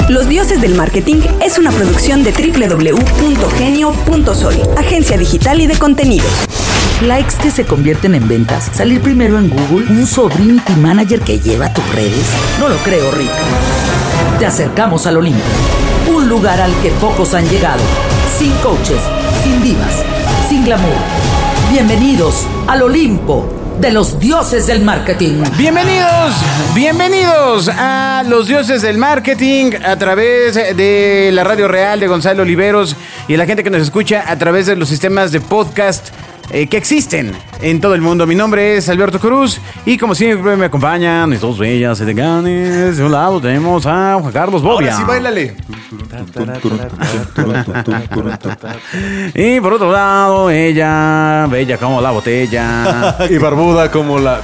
Los Dioses del Marketing es una producción de www.genio.sol, agencia digital y de contenidos. Likes que se convierten en ventas, salir primero en Google, un sobrinity manager que lleva tus redes. No lo creo, Rick. Te acercamos al Olimpo, un lugar al que pocos han llegado, sin coaches, sin divas, sin glamour. Bienvenidos al Olimpo de los Dioses del Marketing. Bienvenidos a los Dioses del Marketing a través de la Radio Real de Gonzalo Oliveros y a la gente que nos escucha a través de los sistemas de podcast que existen en todo el mundo. Mi nombre es Alberto Cruz y como siempre me acompañan mis dos bellas edeganes. De un lado tenemos a Juan Carlos Bobia. Ahora sí, báilale. Y por otro lado, ella, bella como la botella. Y barbuda como la...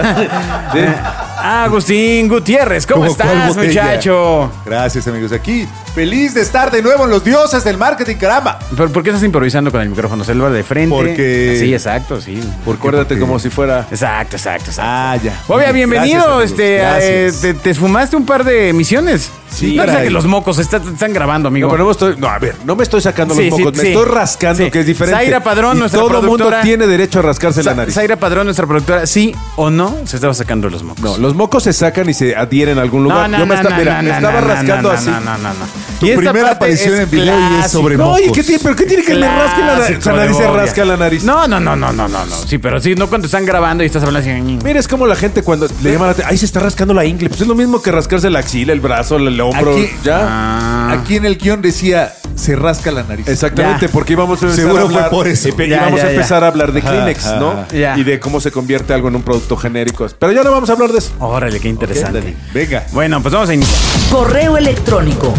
Agustín Gutiérrez, ¿cómo estás, muchacho? Gracias, amigos. Aquí, feliz de estar de nuevo en los Dioses del Marketing, caramba. ¿Por qué estás improvisando con el micrófono? ¿Se lo va de frente? Porque... Sí, exacto, sí. Acuérdate como si fuera... Exacto. Ah, ya. Bobia, bienvenido. Gracias. Te esfumaste un par de emisiones. Sí, no caray. que los mocos están grabando, amigo. No, pero no me estoy sacando los mocos, me estoy rascando, que es diferente. Zaira Padrón, y nuestra todo productora. mundo tiene derecho a rascarse la nariz. Zaira Padrón, nuestra productora, sí o no, se estaba sacando los mocos. No, los mocos se sacan y se adhieren a algún lugar. Yo me estaba rascando así. No. Tu Y esta primera parte aparición en video y es sobre clásico. mocos. Oye, ¿pero qué tiene que me rasque la nariz? Clásico Nadie de se Bobia. rasca la nariz. No. Sí, pero sí, no cuando están grabando y estás hablando así. Mira, es como la gente cuando le llama la atención. Ahí se está rascando la ingle. Pues es lo mismo que rascarse la axila, el brazo, el hombro. Aquí- ¿Ya? Aquí en el guión decía, se rasca la nariz. Exactamente, Ya. porque íbamos a empezar Seguro a hablar, fue por eso. íbamos a empezar a hablar de Kleenex, Ajá, ¿no? ajá. Ya. Y de cómo se convierte algo en un producto genérico. Pero ya no vamos a hablar de eso. Órale, qué interesante. Ándale, venga. Bueno, pues vamos a iniciar. Correo electrónico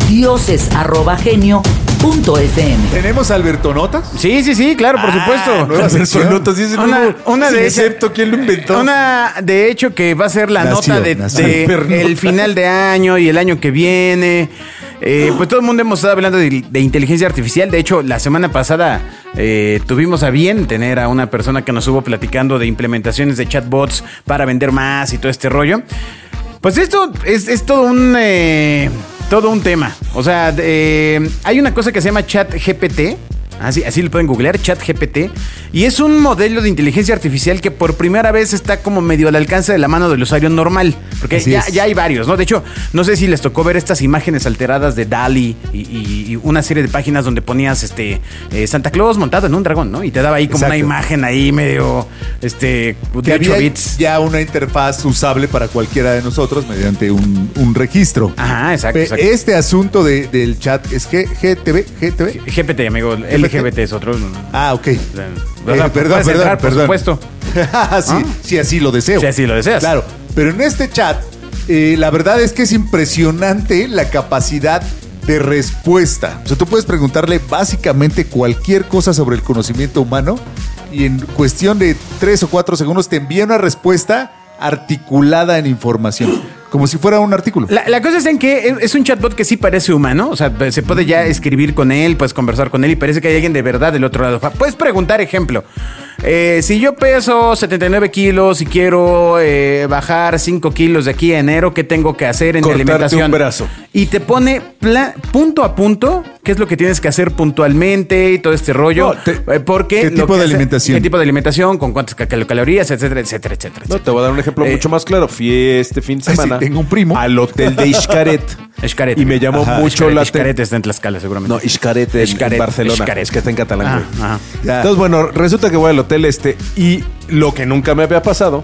dioses@genio.fm. ¿Tenemos Alberto Notas? Sí, claro, por supuesto. nueva sección. Notas, sí, Una de excepto quién lo inventó. Una, de hecho, que va a ser la Nació, nota de Supernota. el final de año y el año que viene. Pues todo el mundo hemos estado hablando de inteligencia artificial. De hecho, la semana pasada tuvimos a bien tener a una persona que nos estuvo platicando de implementaciones de chatbots para vender más y todo este rollo. Pues esto es todo un tema. O sea, hay una cosa que se llama ChatGPT. Así lo pueden googlear, ChatGPT. Y es un modelo de inteligencia artificial que por primera vez está como medio al alcance de la mano del usuario normal. Porque ya hay varios, ¿no? De hecho, no sé si les tocó ver estas imágenes alteradas de DALL-E y una serie de páginas donde ponías Santa Claus montado en un dragón, ¿no? Y te daba ahí como Exacto. una imagen ahí medio de Que 8 había bits. ya una interfaz usable para cualquiera de nosotros mediante un registro. Ajá, exacto. Este asunto del chat es GTV. GPT, amigo. LGBT es otro. Ah, ok. O sea, puedes entrar, por supuesto. sí, así lo deseo. Si así lo deseas. Claro, pero en este chat, la verdad es que es impresionante la capacidad de respuesta. O sea, tú puedes preguntarle básicamente cualquier cosa sobre el conocimiento humano y en cuestión de 3 o 4 segundos te envía una respuesta articulada en información, como si fuera un artículo. La cosa es en que es un chatbot que sí parece humano. O sea, se puede ya escribir con él, puedes conversar con él y parece que hay alguien de verdad del otro lado. Puedes preguntar, ejemplo, si yo peso 79 kilos y quiero bajar 5 kilos de aquí a enero, ¿qué tengo que hacer en mi Cortarte alimentación? un brazo. Y te pone punto a punto qué es lo que tienes que hacer puntualmente y todo este rollo. Porque ¿Qué tipo de alimentación? ¿Qué tipo de alimentación? ¿Con cuántas calorías? Etcétera. No, te voy a dar un ejemplo mucho más claro. Fui este fin de Ay, sí, semana tengo un primo. al hotel de Xcaret. Xcaret. Y me llamó mucho la atención. Xcaret está en Tlaxcala, seguramente. No, Xcaret en Barcelona. Xcaret. Es que está en catalán, güey. Ajá. Ya. Entonces, bueno, resulta que voy al hotel y lo que nunca me había pasado,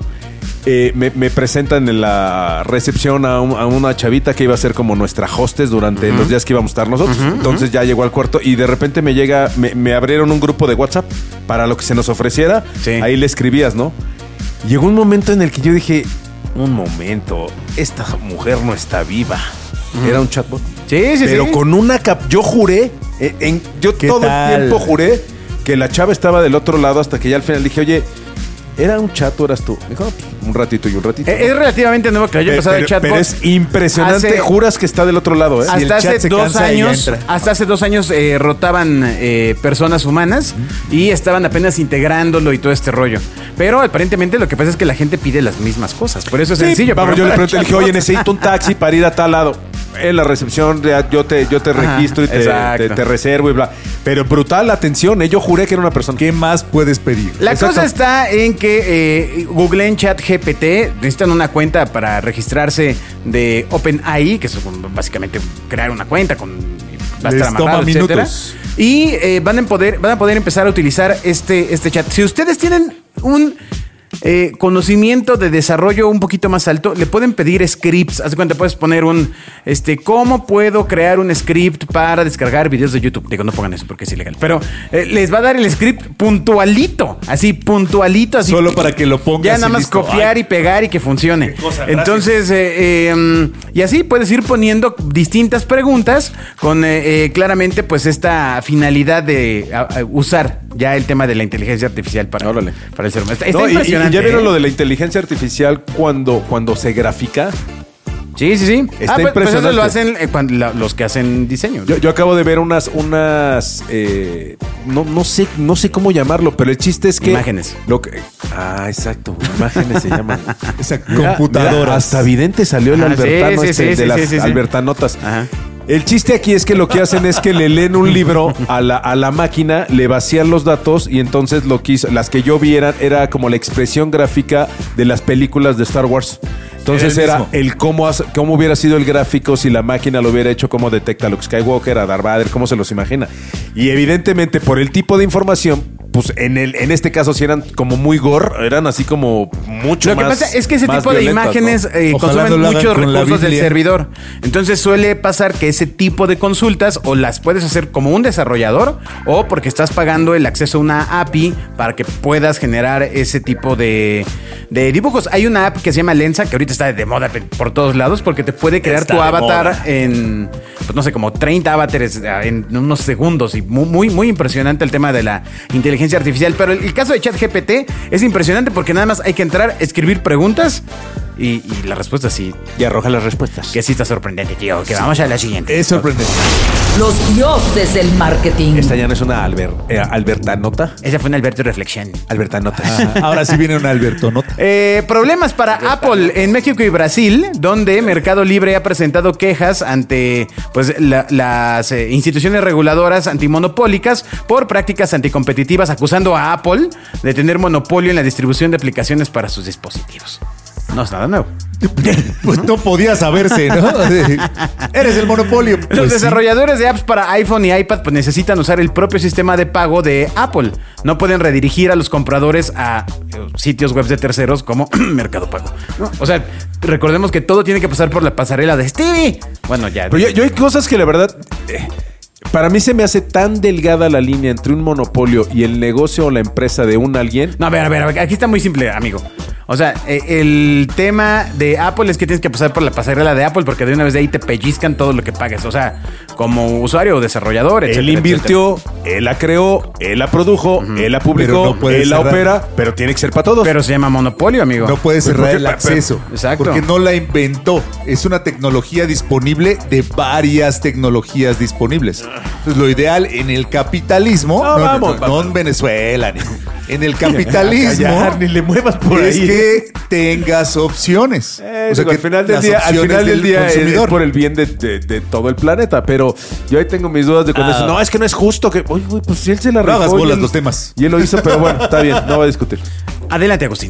me presentan en la recepción a una chavita que iba a ser como nuestra hostess durante los días que íbamos a estar nosotros. Entonces ya llegó al cuarto y de repente me abrieron un grupo de WhatsApp para lo que se nos ofreciera. Sí. Ahí le escribías, ¿no? Llegó un momento en el que yo dije, un momento, esta mujer no está viva. Era un chatbot. Sí. Pero con una yo juré, yo ¿Qué todo tal? el tiempo juré que la chava estaba del otro lado hasta que ya al final dije, oye, ¿era un chat o eras tú? Me dijo, no, pues, un ratito y un ratito. Es relativamente nuevo que haya pasado el chatbot. Pero es impresionante, juras que está del otro lado, ¿eh? el Hasta chat hace se 2 cansa y años, entra. hasta hace 2 años rotaban personas humanas y estaban apenas integrándolo y todo este rollo. Pero aparentemente lo que pasa es que la gente pide las mismas cosas. Por eso es sencillo. Vamos, pero yo le para pregunté, le dije, oye, necesito un taxi para ir a tal lado. en la recepción ya yo te registro y te reservo y bla. Pero brutal atención, yo juré que era una persona. ¿Qué más puedes pedir? La cosa está en que googleen ChatGPT, necesitan una cuenta para registrarse de OpenAI, que es básicamente crear una cuenta con va a estar amarrado, etcétera. Y van a poder empezar a utilizar este chat. Si ustedes tienen un conocimiento de desarrollo un poquito más alto, le pueden pedir scripts. Haz de cuenta, puedes poner ¿cómo puedo crear un script para descargar videos de YouTube? Digo, no pongan eso porque es ilegal. Pero les va a dar el script puntualito. Así. Solo para que lo pongas. Ya nada más copiar y pegar y que funcione. Entonces, y así puedes ir poniendo distintas preguntas con claramente pues esta finalidad de usar ya el tema de la inteligencia artificial para el ser humano. Está impresionante. Y ya vieron lo de la inteligencia artificial cuando se grafica. Sí. Está impresionante. Pues eso lo hacen los que hacen diseño. Yo acabo de ver unas no sé cómo llamarlo, pero el chiste es que imágenes. Exacto, imágenes se llaman. Esa computadora. Hasta vidente salió el Albertano de las Albertanotas. Ajá. El chiste aquí es que lo que hacen es que le leen un libro a la máquina, le vacían los datos y entonces las que yo vi era como la expresión gráfica de las películas de Star Wars. Entonces era el cómo hubiera sido el gráfico si la máquina lo hubiera hecho, cómo detecta a Luke Skywalker, a Darth Vader, cómo se los imagina. Y evidentemente por el tipo de información, pues en este caso si eran como muy gore, eran así como mucho más. Lo que pasa es que ese tipo de imágenes consumen muchos recursos del servidor. Entonces suele pasar que ese tipo de consultas o las puedes hacer como un desarrollador o porque estás pagando el acceso a una API para que puedas generar ese tipo de dibujos. Hay una app que se llama Lensa, que ahorita está de moda por todos lados porque te puede crear tu avatar en, pues no sé, como 30 avatares en unos segundos y muy, muy impresionante el tema de la inteligencia artificial. Pero el caso de ChatGPT es impresionante porque nada más hay que entrar, escribir preguntas y la respuesta sí. Y arroja las respuestas. Que sí está sorprendente, tío. Que vamos a la siguiente. Es sorprendente. Los dioses del marketing. Esta ya no es una Albertanota. Esa fue una Alberto Reflexión. Albertanota. Ahora sí viene una Albertonota. Problemas para Apple en México y Brasil, donde Mercado Libre ha presentado quejas ante pues las instituciones reguladoras antimonopólicas por prácticas anticompetitivas, acusando a Apple de tener monopolio en la distribución de aplicaciones para sus dispositivos. No es nada nuevo. Pues no podía saberse, ¿no? Eres el monopolio. Pues los desarrolladores de apps para iPhone y iPad pues necesitan usar el propio sistema de pago de Apple. No pueden redirigir a los compradores a sitios web de terceros como Mercado Pago, ¿no? O sea, recordemos que todo tiene que pasar por la pasarela de Stevie. Bueno, ya. Pero yo hay cosas que la verdad... para mí se me hace tan delgada la línea entre un monopolio y el negocio o la empresa de alguien. No, a ver, aquí está muy simple, amigo. O sea, el tema de Apple es que tienes que pasar por la pasarela de Apple porque de una vez de ahí te pellizcan todo lo que pagues. O sea, como usuario o desarrollador, etcétera. Él invirtió, él la creó, él la produjo, él la publicó, no él la opera, pero tiene que ser para todos. Pero se llama monopolio, amigo. No puede cerrar el acceso. Exacto. Porque no la inventó. Es una tecnología disponible de varias tecnologías disponibles. Entonces, lo ideal en el capitalismo, no en Venezuela, en el capitalismo, ni le muevas por es ahí. Que tengas opciones. O sea, que al final del día es por el bien de todo el planeta. Pero yo ahí tengo mis dudas de cuando dicen, no, es que no es justo que. Oye, pues si él se la rifó. No hagas bolas los temas. Y él lo hizo, pero bueno, está bien, no va a discutir. Adelante, Agustín.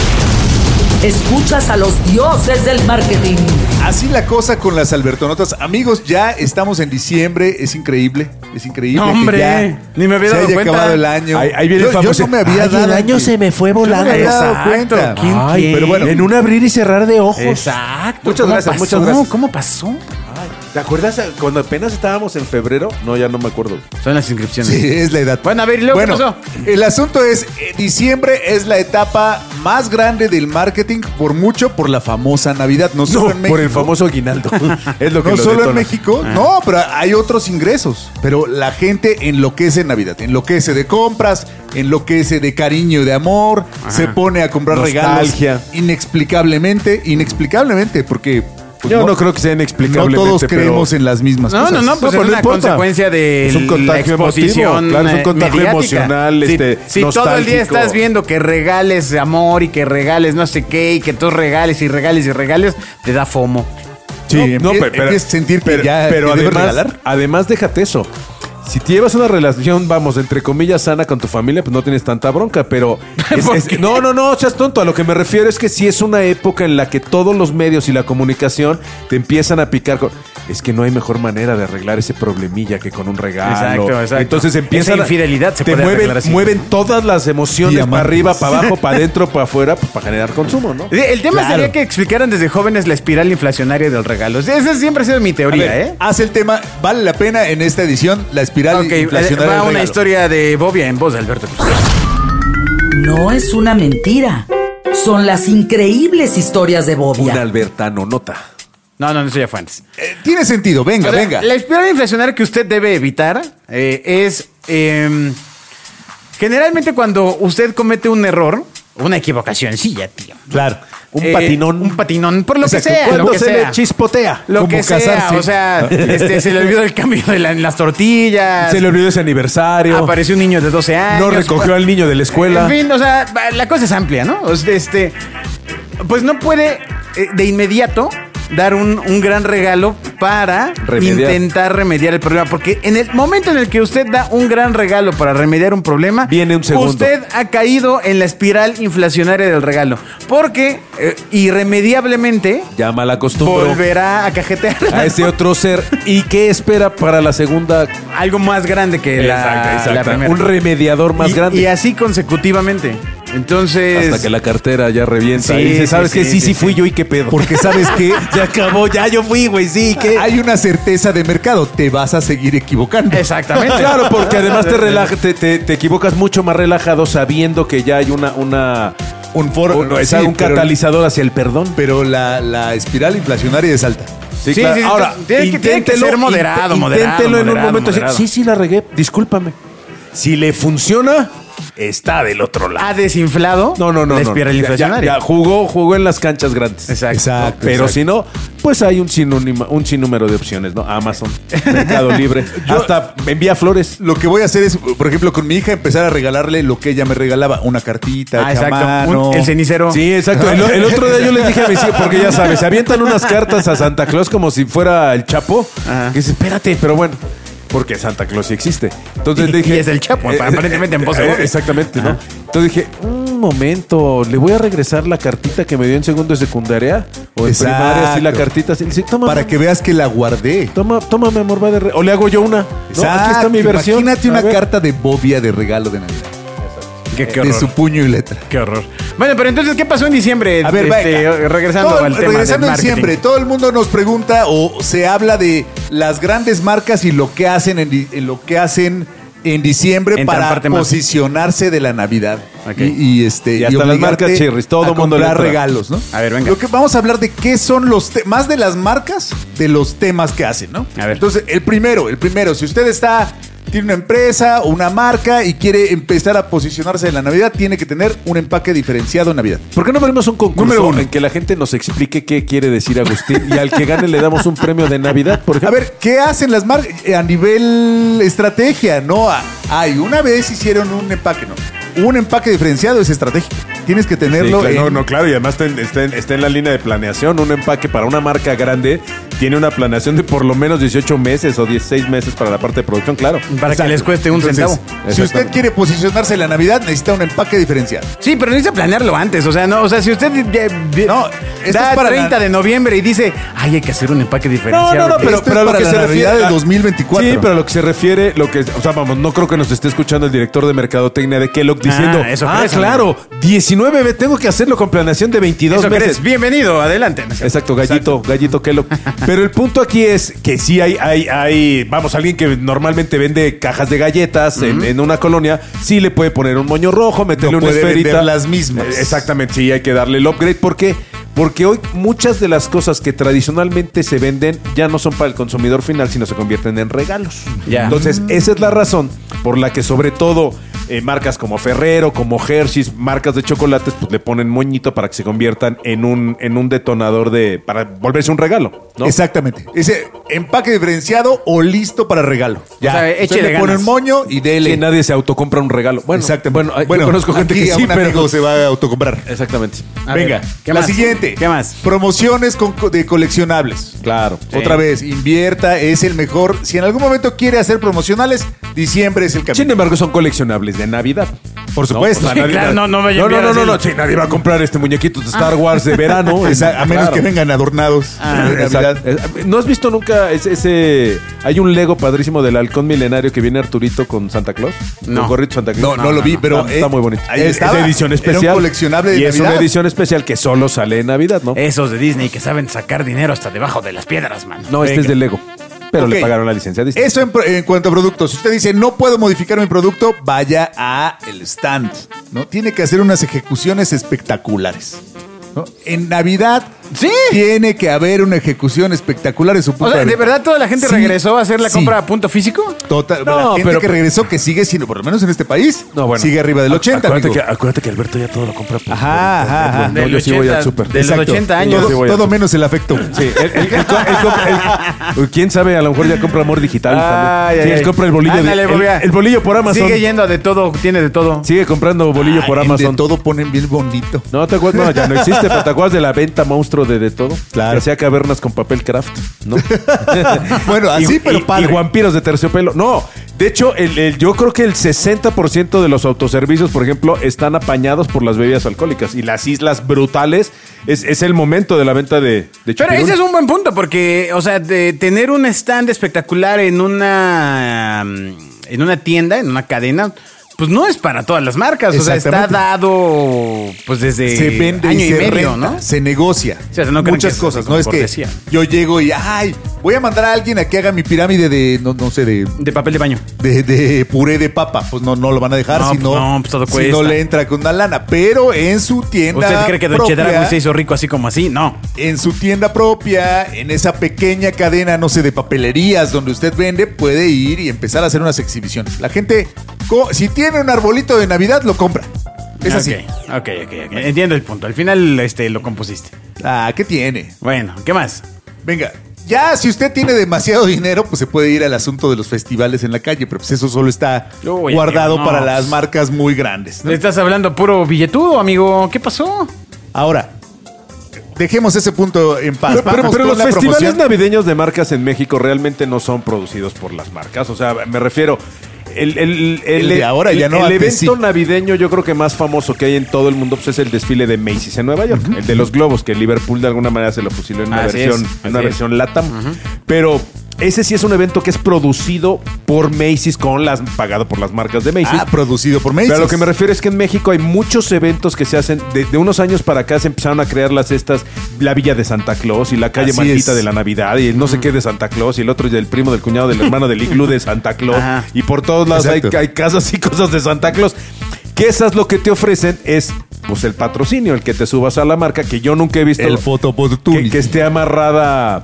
Escuchas a los dioses del marketing. Así la cosa con las Albertonotas. Amigos, ya estamos en diciembre. Es increíble. No, hombre, que ya ni me había dado cuenta. Se haya acabado el año. Ahí viene el famoso. Yo no me había dado el año se me fue volando. No me había dado cuenta. ¿Quién? Pero bueno, en un abrir y cerrar de ojos. Exacto. Muchas gracias. ¿Cómo pasó? ¿Te acuerdas cuando apenas estábamos en febrero? No, ya no me acuerdo. Son las inscripciones. Sí, es la edad. Bueno, a ver, ¿y luego qué pasó? El asunto es, diciembre es la etapa más grande del marketing, por mucho, por la famosa Navidad. No solo en México. Por el famoso aguinaldo. Es lo que no lo solo detona. en México, no, pero hay otros ingresos. Pero la gente enloquece en Navidad. Enloquece de compras, enloquece de cariño y de amor. Ajá. Se pone a comprar nostalgia. Regalos inexplicablemente, porque... Pues yo no creo que sea inexplicable. No todos creemos en las mismas cosas. No, pues es una consecuencia de la exposición emotivo. Claro, es un contagio emocional, si todo el día estás viendo que regales amor y que regales no sé qué y que tú regales y regales, te da FOMO. empiezas a sentir que ya pero te debes regalar. además déjate eso. Si te llevas una relación, vamos, entre comillas, sana con tu familia, pues no tienes tanta bronca, pero... No, seas tonto. A lo que me refiero es que si es una época en la que todos los medios y la comunicación te empiezan a picar con... Es que no hay mejor manera de arreglar ese problemilla que con un regalo. Exacto. Entonces empiezan... Esa infidelidad se te puede arreglar así. mueven todas las emociones Diamantes. para arriba, para abajo, para adentro, para afuera, pues para generar consumo, ¿no? El tema Claro. sería que explicaran desde jóvenes la espiral inflacionaria del regalo. Esa siempre ha sido mi A teoría, ver, ¿eh? haz el tema, vale la pena en esta edición, la espiral Ok, inflacionaria va del una regalo. historia de Bobia en voz de Alberto Cruz. No es una mentira. Son las increíbles historias de Un Bobia. albertano nota. No, eso ya fue antes. Tiene sentido, venga, O sea, venga. La espiral inflacionaria que usted debe evitar es generalmente cuando usted comete un error, una equivocacioncilla, tío. Claro. Un patinón. Un patinón, por lo Exacto. que sea. Cuando Lo que se sea. le chispotea. Lo como que sea, casarse. o sea, se le olvidó el cambio en las tortillas. Se le olvidó ese aniversario. Apareció un niño de 12 años. No recogió al niño de la escuela. En fin, o sea, la cosa es amplia, ¿no? O sea, pues no puede de inmediato dar un gran regalo para Remediar. intentar remediar el problema. Porque en el momento en el que usted da un gran regalo para remediar un problema, Viene un segundo. usted ha caído en la espiral inflacionaria del regalo. Porque irremediablemente Ya mal acostumbro volverá a cajetear a ese otro ser. ¿Y qué espera para la segunda? algo más grande que la primera. Un remediador más grande. Y así consecutivamente. Entonces. Hasta que la cartera ya revienta. Sí, y dice, sí, ¿sabes qué? sí, Sí, fui yo y qué pedo. Porque sabes que ya acabó, ya yo fui, güey, sí, ¿qué? hay una certeza de mercado, te vas a seguir equivocando. Exactamente. Claro, porque además te equivocas mucho más relajado sabiendo que ya hay un Sí, pero- catalizador hacia el perdón. Pero la espiral inflacionaria es alta. Sí, Sí, claro. sí, sí, Ahora, tiene que ser moderado, inténtelo en un moderado, momento así. moderado. Sí, la regué, discúlpame. Si le funciona, está del otro lado. Ha desinflado No. la espiral Ya- inflacionaria. ya jugó en las canchas grandes. Exacto. Pero si no, pues hay un sinnúmero de opciones, ¿no? Amazon, Mercado Libre, hasta envía flores. Lo que voy a hacer es, por ejemplo, con mi hija empezar a regalarle lo que ella me regalaba, una cartita, Ah, hecha a exacto. mano. El cenicero. Sí, exacto. El otro día yo les dije a mis hijos, porque ya sabes, se avientan unas cartas a Santa Claus como si fuera el Chapo. Ajá. Que dice, espérate, pero bueno. Porque Santa Claus sí existe. Entonces Y dije. es el Chapo, aparentemente en voz de Bobia. Exactamente, ¿no? Ajá. Entonces dije, un momento, ¿le voy a regresar la cartita que me dio en segundo de secundaria? O en Exacto. primaria, así la cartita. Así, dice, toma, Para que veas que la guardé. Toma, mi amor, va de o le hago yo una. No, aquí está mi versión. Imagínate A una ver. carta de Bobia de regalo de Navidad. Qué De horror. su puño y letra. Qué horror. Bueno, pero entonces, ¿qué pasó en diciembre? A ver, venga. Regresando Todo- al tema regresando del en marketing. diciembre, todo el mundo nos pregunta o se habla de las grandes marcas y lo que hacen en lo que hacen en diciembre Entra para parte más. posicionarse de la Navidad. Ok. Y hasta las obligarte marcas chirris, todo a mundo le comprar entra. regalos, ¿no? A ver, venga. Lo que vamos a hablar de qué son más de las marcas, de los temas que hacen, ¿no? A ver. Entonces, el primero, si usted tiene una empresa o una marca y quiere empezar a posicionarse en la Navidad, tiene que tener un empaque diferenciado en Navidad. ¿Por qué no ponemos un concurso Número uno. en que la gente nos explique qué quiere decir Agustín y al que gane le damos un premio de Navidad, por A ejemplo? ver, ¿qué hacen las marcas a nivel estrategia? No, una vez hicieron un empaque, ¿no? Un empaque diferenciado es estratégico. Tienes que tenerlo. Sí, claro, en- claro, y además está en la línea de planeación. Un empaque para una marca grande tiene una planeación de por lo menos 18 meses o 16 meses para la parte de producción, claro. Para que les cueste un Entonces, centavo. Si usted Exactamente. quiere posicionarse en la Navidad, necesita un empaque diferenciado. Sí, pero necesita planearlo antes. O sea, si usted No, esto da es para 30 la- de noviembre y dice, ay, hay que hacer un empaque No, diferenciado. no, no, pero, Esto pero es a lo para que la se Navidad refiere del 2024. Sí, pero a lo que se refiere, o sea, vamos, no creo que nos esté escuchando el director de mercadotecnia de Kellogg diciendo, eso crees, claro, 19, tengo que hacerlo con planeación de 22 Eso meses. crees. Bienvenido, adelante. Exacto, gallito Kellogg. Pero el punto aquí es que sí hay, vamos, alguien que normalmente vende cajas de galletas en una colonia, sí le puede poner un moño rojo, meterle No una puede esferita. vender las mismas. Exactamente, sí, hay que darle el upgrade. ¿Por qué? Porque hoy muchas de las cosas que tradicionalmente se venden ya no son para el consumidor final, sino se convierten en regalos. Ya. Entonces, esa es la razón por la que sobre todo marcas como Ferrero, como Hershey's, marcas de chocolates, pues le ponen moñito para que se conviertan en un detonador para volverse un regalo. ¿no? Exactamente. Ese empaque diferenciado o listo para regalo. Ya. O sea, Usted échele le pone ganas. un moño y dele. Sí, nadie se autocompra un regalo. Bueno, Exactamente. Bueno, yo conozco gente aquí que a sí, un pero... amigo se va a autocomprar. Exactamente. A Venga, ver, ¿qué la más? siguiente. ¿Qué más? Promociones de coleccionables. Claro. Sí. Otra vez, invierta, es el mejor. Si en algún momento quiere hacer promocionales, diciembre es el camino. Sin embargo, son coleccionables de Navidad. Por supuesto. O sea, Sí, claro, no vaya a enviar no. así. Sí, nadie va a comprar este muñequito de Star Wars de verano. A menos Claro. que vengan adornados de Navidad. Exacto. ¿No has visto nunca ese... Hay un Lego padrísimo del halcón milenario que viene Arturito con Santa Claus? No. Con gorrito Santa Claus. No lo vi, pero Está muy bonito. ahí Es estaba. de edición Era un especial. coleccionable de y es Navidad. una edición especial que solo sale en Navidad, ¿no? Esos de Disney que saben sacar dinero hasta debajo de las piedras, man. No, este Venga. es de Lego. Pero Ok. le pagaron la licencia a Disney. Eso en cuanto a productos. Si usted dice, no puedo modificar mi producto, vaya a el stand, ¿no? Tiene que hacer unas ejecuciones espectaculares, ¿no? En Navidad Sí. tiene que haber una ejecución espectacular en su punto O sea, ¿de vista. verdad toda la gente Sí, regresó a hacer la sí. compra a punto físico? Total, No, la gente pero- que regresó, que sigue siendo, por lo menos en este país, No, bueno. sigue arriba del 80. amigo. Acuérdate que Alberto ya todo lo compra por Ajá, por ajá, internet. ajá. No, Del yo sí voy 80, al súper. de los Exacto. 80 años. Yo sí voy Todo al menos el afecto. Sí, quién sabe, a lo mejor ya compra amor digital. también. Sí, él compra el bolillo, Ándale, Bobia. el bolillo por Amazon. Sigue yendo a de todo, tiene de todo. Sigue comprando bolillo por Ay, Amazon. De todo ponen bien bonito. No, ¿te acuerdas? No, ya no existe, pero ¿te acuerdas de la venta monstruo de todo? Claro. Que hacía cavernas con papel craft, ¿no? Bueno, así, pero padre. Y vampiros de terciopelo. No, de hecho, yo creo que el 60% de los autoservicios, por ejemplo, están apañados por las bebidas alcohólicas. Y las islas brutales es el momento de la venta de Pero chupirul. ese es un buen punto, porque, o sea, de tener un stand espectacular en una tienda, en una cadena, pues no es para todas las marcas. O sea, está Exactamente. dado pues desde Se vende año y y se medio, renta, ¿no? se negocia. O sea, no creen muchas que es cosas. como No es que cortesía. yo llego y, ay, voy a mandar a alguien a que haga mi pirámide de, no sé, De papel de baño. de puré de papa. Pues no lo van a dejar No, si pues no, no, pues todo si cuesta. no le entra con una lana. Pero en su tienda ¿Usted cree que Don propia, Chedraui se hizo rico así como así? No. en su tienda propia, en esa pequeña cadena, no sé, de papelerías donde usted vende, puede ir y empezar a hacer unas exhibiciones. La gente, si tiene un arbolito de Navidad, lo compra. Es así. Ok. Entiendo el punto. Al final lo compusiste. Ah, ¿qué tiene? Bueno, ¿qué más? Venga, ya si usted tiene demasiado dinero, pues se puede ir al asunto de los festivales en la calle, pero pues eso solo está Uy, guardado amigo, no. para las marcas muy grandes, ¿no? Le estás hablando puro billetudo, amigo. ¿Qué pasó? Ahora, dejemos ese punto en paz. Pero Vamos con los la festivales promoción. navideños de marcas en México realmente no son producidos por las marcas. O sea, me refiero. El de ahora ya no, El antes evento sí. navideño, yo creo que más famoso que hay en todo el mundo pues, es el desfile de Macy's en Nueva York. El de los globos, que Liverpool de alguna manera se lo fusiló en una Así versión, es, en una así es. versión LATAM. Pero ese sí es un evento que es producido por Macy's, pagado por las marcas de Macy's. Ah, producido por Macy's. Pero a lo que me refiero es que en México hay muchos eventos que se hacen. De unos años para acá se empezaron a crear la Villa de Santa Claus y la calle Así maldita es. de la Navidad y el no sé qué de Santa Claus y el otro del primo, del cuñado, del hermano, del iglú de Santa Claus. Ajá. Y por todos lados hay Exacto. casas y cosas de Santa Claus. Que esas lo que te ofrecen es pues el patrocinio, el que te subas a la marca, que yo nunca he visto El fotoopportunity. que esté amarrada.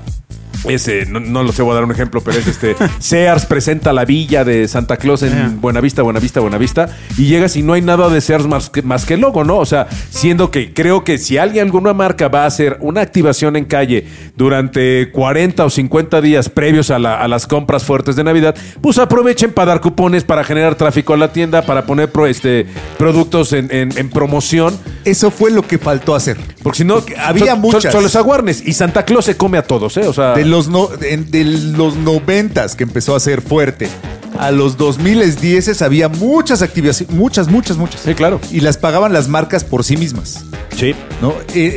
No lo sé, voy a dar un ejemplo, pero es Sears presenta la villa de Santa Claus en Buenavista, y llegas y no hay nada de Sears más que el logo, ¿no? O sea, siendo que creo que si alguna marca va a hacer una activación en calle durante 40 o 50 días previos a las compras fuertes de Navidad, pues aprovechen para dar cupones, para generar tráfico a la tienda, para poner productos en promoción. Eso fue lo que faltó hacer. Porque si no, había muchas. Son los aguarnes y Santa Claus se come a todos, ¿eh? O sea, De los 90s que empezó a ser fuerte a los 2010 había muchas actividades, muchas. Sí, claro. Y las pagaban las marcas por sí mismas, sí. ¿no?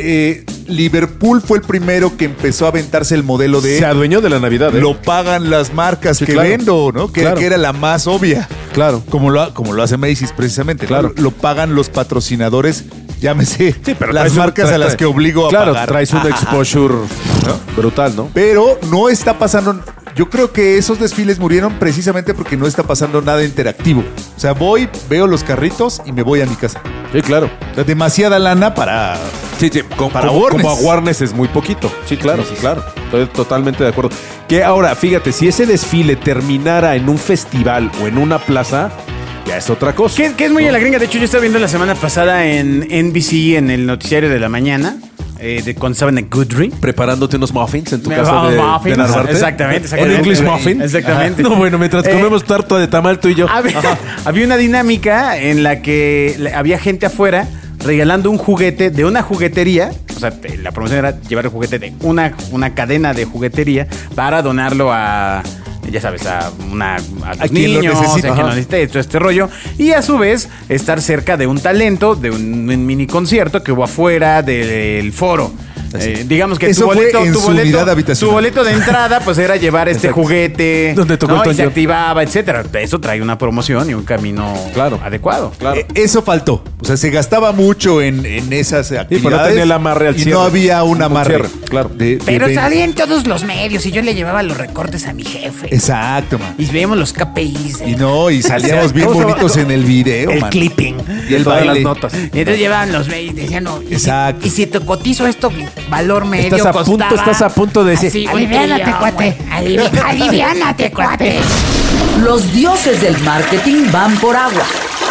Liverpool fue el primero que empezó a aventarse el modelo de Se adueñó de la Navidad, ¿eh? lo pagan las marcas Sí, que claro. vendo, ¿no? Que Claro. era la más obvia. Claro. Como lo hace Macy's precisamente. ¿no? Claro. Lo pagan los patrocinadores, llámese Sí, pero las traes marcas a las que obligo a claro, pagar. traes un exposure brutal, ¿no? Pero no está pasando. Yo creo que esos desfiles murieron precisamente porque no está pasando nada interactivo. O sea, veo los carritos y me voy a mi casa. Sí, claro. O sea, demasiada lana para. Sí, Para como Warnes. awareness es muy poquito. Sí, claro, claro. Estoy totalmente de acuerdo. Que ahora, fíjate, si ese desfile terminara en un festival o en una plaza, ya es otra cosa. Que es muy a la gringa. De hecho, yo estaba viendo la semana pasada en NBC, en el noticiario de la mañana, cuando estaba en el Goodry. Preparándote unos muffins en tu Me casa vamos, de muffins. Narvarte. Exactamente. Un English muffin. Exactamente. No, bueno, mientras comemos tarta de tamal tú y yo. Había una dinámica en la que había gente afuera regalando un juguete de una juguetería. O sea, la promoción era llevar el juguete de una cadena de juguetería para donarlo a, ya sabes, a los quien lo niños, necesite. a quien lo necesite, todo este rollo. Y a su vez, estar cerca de un talento, de un mini concierto que hubo afuera del foro. Digamos que Eso tu fue boleto, en su unidad habitacional. tu boleto de entrada, pues era llevar este juguete, Donde tocó ¿no? el Y se Toño. activaba, etcétera. Eso trae una promoción y un camino adecuado. Claro. Eso faltó. O sea, se gastaba mucho en esas actividades. pero no tenía el amarre al y cierre. no había un Un amarre. cierre, claro. Pero salía en todos los medios y yo le llevaba los recortes a mi jefe. Exacto, man. Y veíamos los KPIs. Y salíamos bien ¿Cómo se llama? bonitos en el video, El man. clipping. Y el Todas baile. las notas. Y entonces llevaban los medios y decían, no, Exacto. y si te cotizo esto, valor medio Estás a punto de decir, así, Aliviánate, cuate. Aliviánate, cuate. Los dioses del marketing van por agua.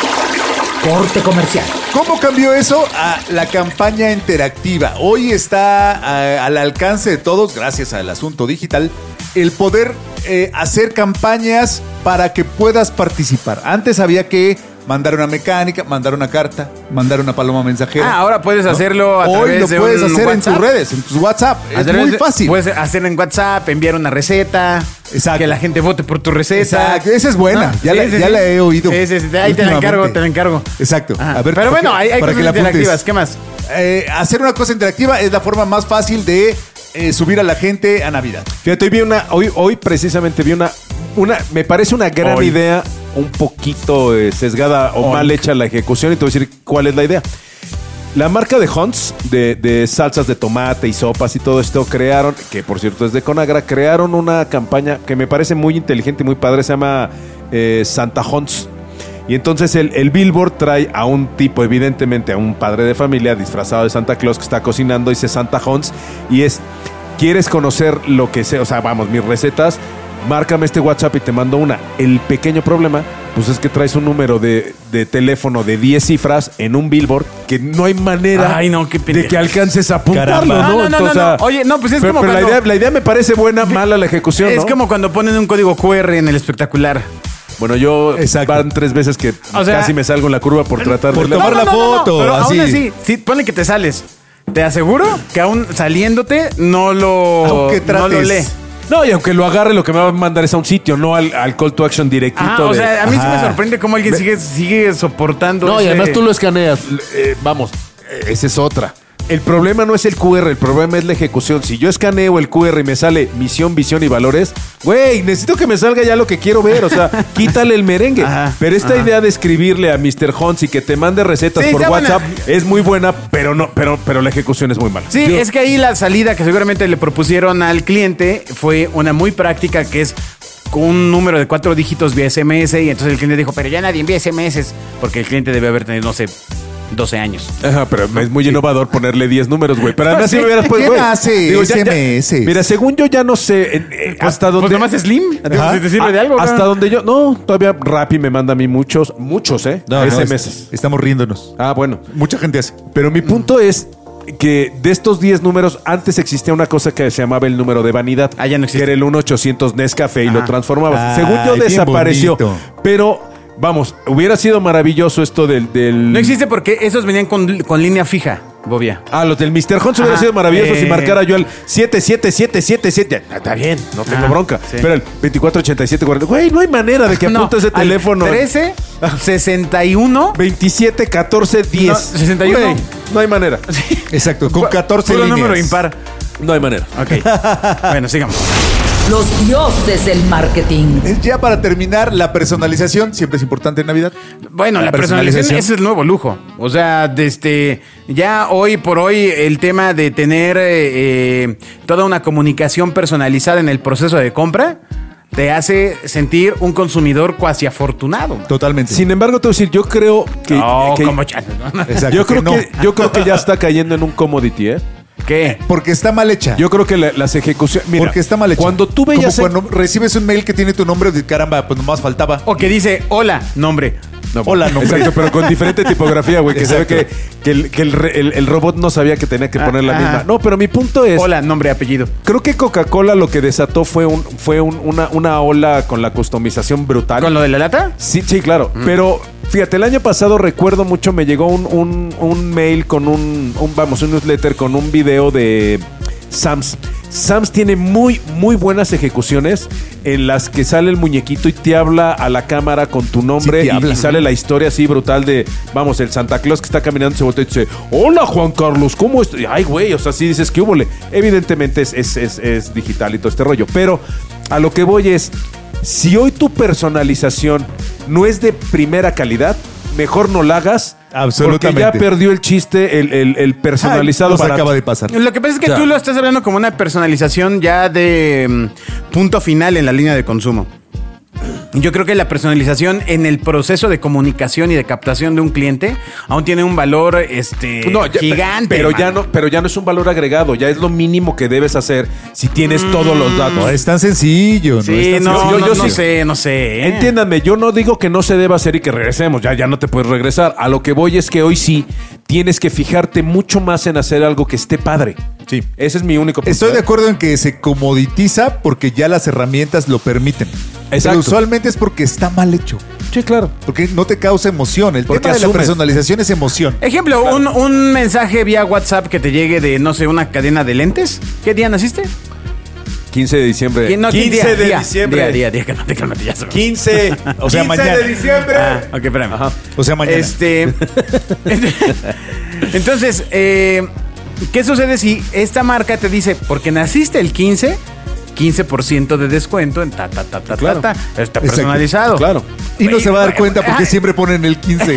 Corte comercial. ¿Cómo cambió eso a la campaña interactiva? Hoy está al alcance de todos, gracias al asunto digital, el poder hacer campañas para que puedas participar. Antes había que mandar una mecánica, mandar una carta, mandar una paloma mensajera. ahora puedes hacerlo a Hoy través lo de puedes un hacer en WhatsApp. tus redes, en tus WhatsApp. A Es través muy de- fácil. Puedes hacerlo en WhatsApp, enviar una receta. Exacto. Que la gente vote por tu receta. Exacto, esa es buena. Ya la he oído Sí, ahí te la encargo, últimamente. Exacto. Ajá. A ver, Pero bueno, hay para cosas que la apuntes. interactivas. ¿Qué más? Hacer una cosa interactiva es la forma más fácil de subir a la gente a Navidad. Fíjate, hoy precisamente vi una me parece una gran Hoy. idea, un poquito sesgada o Hoy. mal hecha la ejecución, y te voy a decir cuál es la idea. La marca de Hunt's, de salsas de tomate y sopas y todo esto, crearon, que por cierto es de Conagra, crearon una campaña que me parece muy inteligente y muy padre, se llama Santa Hunt's. Y entonces el billboard trae a un tipo, evidentemente a un padre de familia disfrazado de Santa Claus que está cocinando, dice Santa Hunt's, y es, ¿quieres conocer lo que sea? O sea, vamos, mis recetas, márcame este WhatsApp y te mando una. El pequeño problema, pues es que traes un número de teléfono de 10 cifras en un billboard que no hay manera Ay, no, qué de pendejo. que alcances a apuntarlo, Caramba. ¿no? No. Entonces, Oye, no, pues es pero, como pero cuando- la idea me parece buena, mala la ejecución, Es ¿no? como cuando ponen un código QR en el espectacular. Bueno, yo Exacto. van 3 veces que O sea, casi me salgo en la curva por tratar por de tomar la foto, pero así. aún así, sí, ponle que te sales. Te aseguro que aún saliéndote no Aunque lo trates. lee. No, y aunque lo agarre, lo que me va a mandar es a un sitio, no al call to action directito. Ah, o sea, a mí sí me Ajá. sorprende cómo alguien sigue soportando. No, y ese- además tú lo escaneas. Vamos, esa es otra. El problema no es el QR, el problema es la ejecución. Si yo escaneo el QR y me sale misión, visión y valores, güey, necesito que me salga ya lo que quiero ver. O sea, quítale el merengue. Ajá, pero esta ajá. idea de escribirle a Mr. Hunts y que te mande recetas Sí, por está WhatsApp buena. es muy buena, pero la ejecución es muy mala. Sí, es que ahí la salida que seguramente le propusieron al cliente fue una muy práctica, que es con un número de 4 dígitos vía SMS, y entonces el cliente dijo, pero ya nadie envía SMS, porque el cliente debe haber tenido, no sé, 12 años. Ajá, pero es muy innovador ponerle 10 números, güey. Pero además si me hubieras puesto, ¿Quién güey, hace digo, SMS? Mira, según yo ya no sé hasta Pues dónde... nomás Slim, Ajá. si te sirve de algo. Hasta ¿no? donde yo... No, todavía Rappi me manda a mí muchos, SMS. Estamos riéndonos. Ah, bueno. Mucha gente hace. Pero mi punto es que de estos 10 números, antes existía una cosa que se llamaba el número de vanidad. Ah, ya no existe. Que era el 1-800 Nescafé y Ajá. lo transformabas. Ay, Según yo bien desapareció. bonito. Pero, vamos, hubiera sido maravilloso esto del... No existe porque esos venían con línea fija, Bobia. Ah, los del Mr. Hunts hubiera Ajá. sido maravilloso si marcara yo el 77777. Está bien, no tengo Ajá, bronca. sí. Pero el 248740. Güey, no hay manera de que apunte ese al teléfono. 13, 61. 27 14 10. No, 61. Güey, no hay manera. Exacto, con 14 Puro líneas. número impar. No hay manera. Ok. Bueno, sigamos. Los dioses del marketing. Ya para terminar, la personalización siempre es importante en Navidad. Bueno, la personalización ese es el nuevo lujo. O sea, ya hoy por hoy el tema de tener toda una comunicación personalizada en el proceso de compra te hace sentir un consumidor cuasi afortunado. Totalmente. Sin embargo, te voy a decir, yo creo que. No, que- como chale, ¿no? Exacto, yo creo no. yo creo que ya está cayendo en un commodity, ¿eh? ¿Qué? Porque está mal hecha. Yo creo que las ejecuciones. Mira, Porque está mal hecha. Cuando tú veías. Como cuando recibes un mail que tiene tu nombre, de caramba, pues nomás faltaba. O que dice, hola, nombre. No, Hola, nombre. Exacto, pero con diferente tipografía, güey. Que se ve que el robot no sabía que tenía que poner la misma. No, pero mi punto es... Hola, nombre, apellido. Creo que Coca-Cola lo que desató fue una ola con la customización brutal. ¿Con lo de la lata? Sí, claro. Pero fíjate, el año pasado recuerdo mucho, me llegó un mail con un newsletter con un video de Sam's. Sam's tiene muy, muy buenas ejecuciones en las que sale el muñequito y te habla a la cámara con tu nombre y sale la historia así brutal de, vamos, el Santa Claus que está caminando se voltea y dice, hola Juan Carlos, ¿cómo estás? Ay, güey, o sea, sí dices, ¿qué húbole? Evidentemente es digital y todo este rollo, pero a lo que voy es, si hoy tu personalización no es de primera calidad, mejor no la hagas. Absolutamente. Porque ya perdió el chiste, el personalizado. Nos acaba de pasar. Lo que pasa es que tú lo estás hablando como una personalización ya de punto final en la línea de consumo. Yo creo que la personalización en el proceso de comunicación y de captación de un cliente aún tiene un valor gigante. Pero ya no es un valor agregado, ya es lo mínimo que debes hacer si tienes todos los datos. No es tan sencillo. Sí, no sé. Entiéndanme, yo no digo que no se deba hacer y que regresemos, ya no te puedes regresar. A lo que voy es que hoy sí tienes que fijarte mucho más en hacer algo que esté padre. Sí. Ese es mi único punto. Estoy de acuerdo en que se comoditiza porque ya las herramientas lo permiten. Exacto. Pero usualmente es porque está mal hecho. Sí, claro. Porque no te causa emoción. El Porque tema de la asumes. personalización es emoción. Ejemplo, un mensaje vía WhatsApp que te llegue de, no sé, una cadena de lentes. ¿Qué día naciste? 15 de diciembre. No, 15 de diciembre. Día, cálmate, ya sabes. 15. O sea, 15 mañana. de diciembre. Ok, espérame. Ajá. O sea, mañana. Entonces, ¿qué sucede si esta marca te dice, porque naciste el 15% de descuento en Claro. está personalizado? Claro. Y no se va a dar cuenta porque siempre ponen el 15.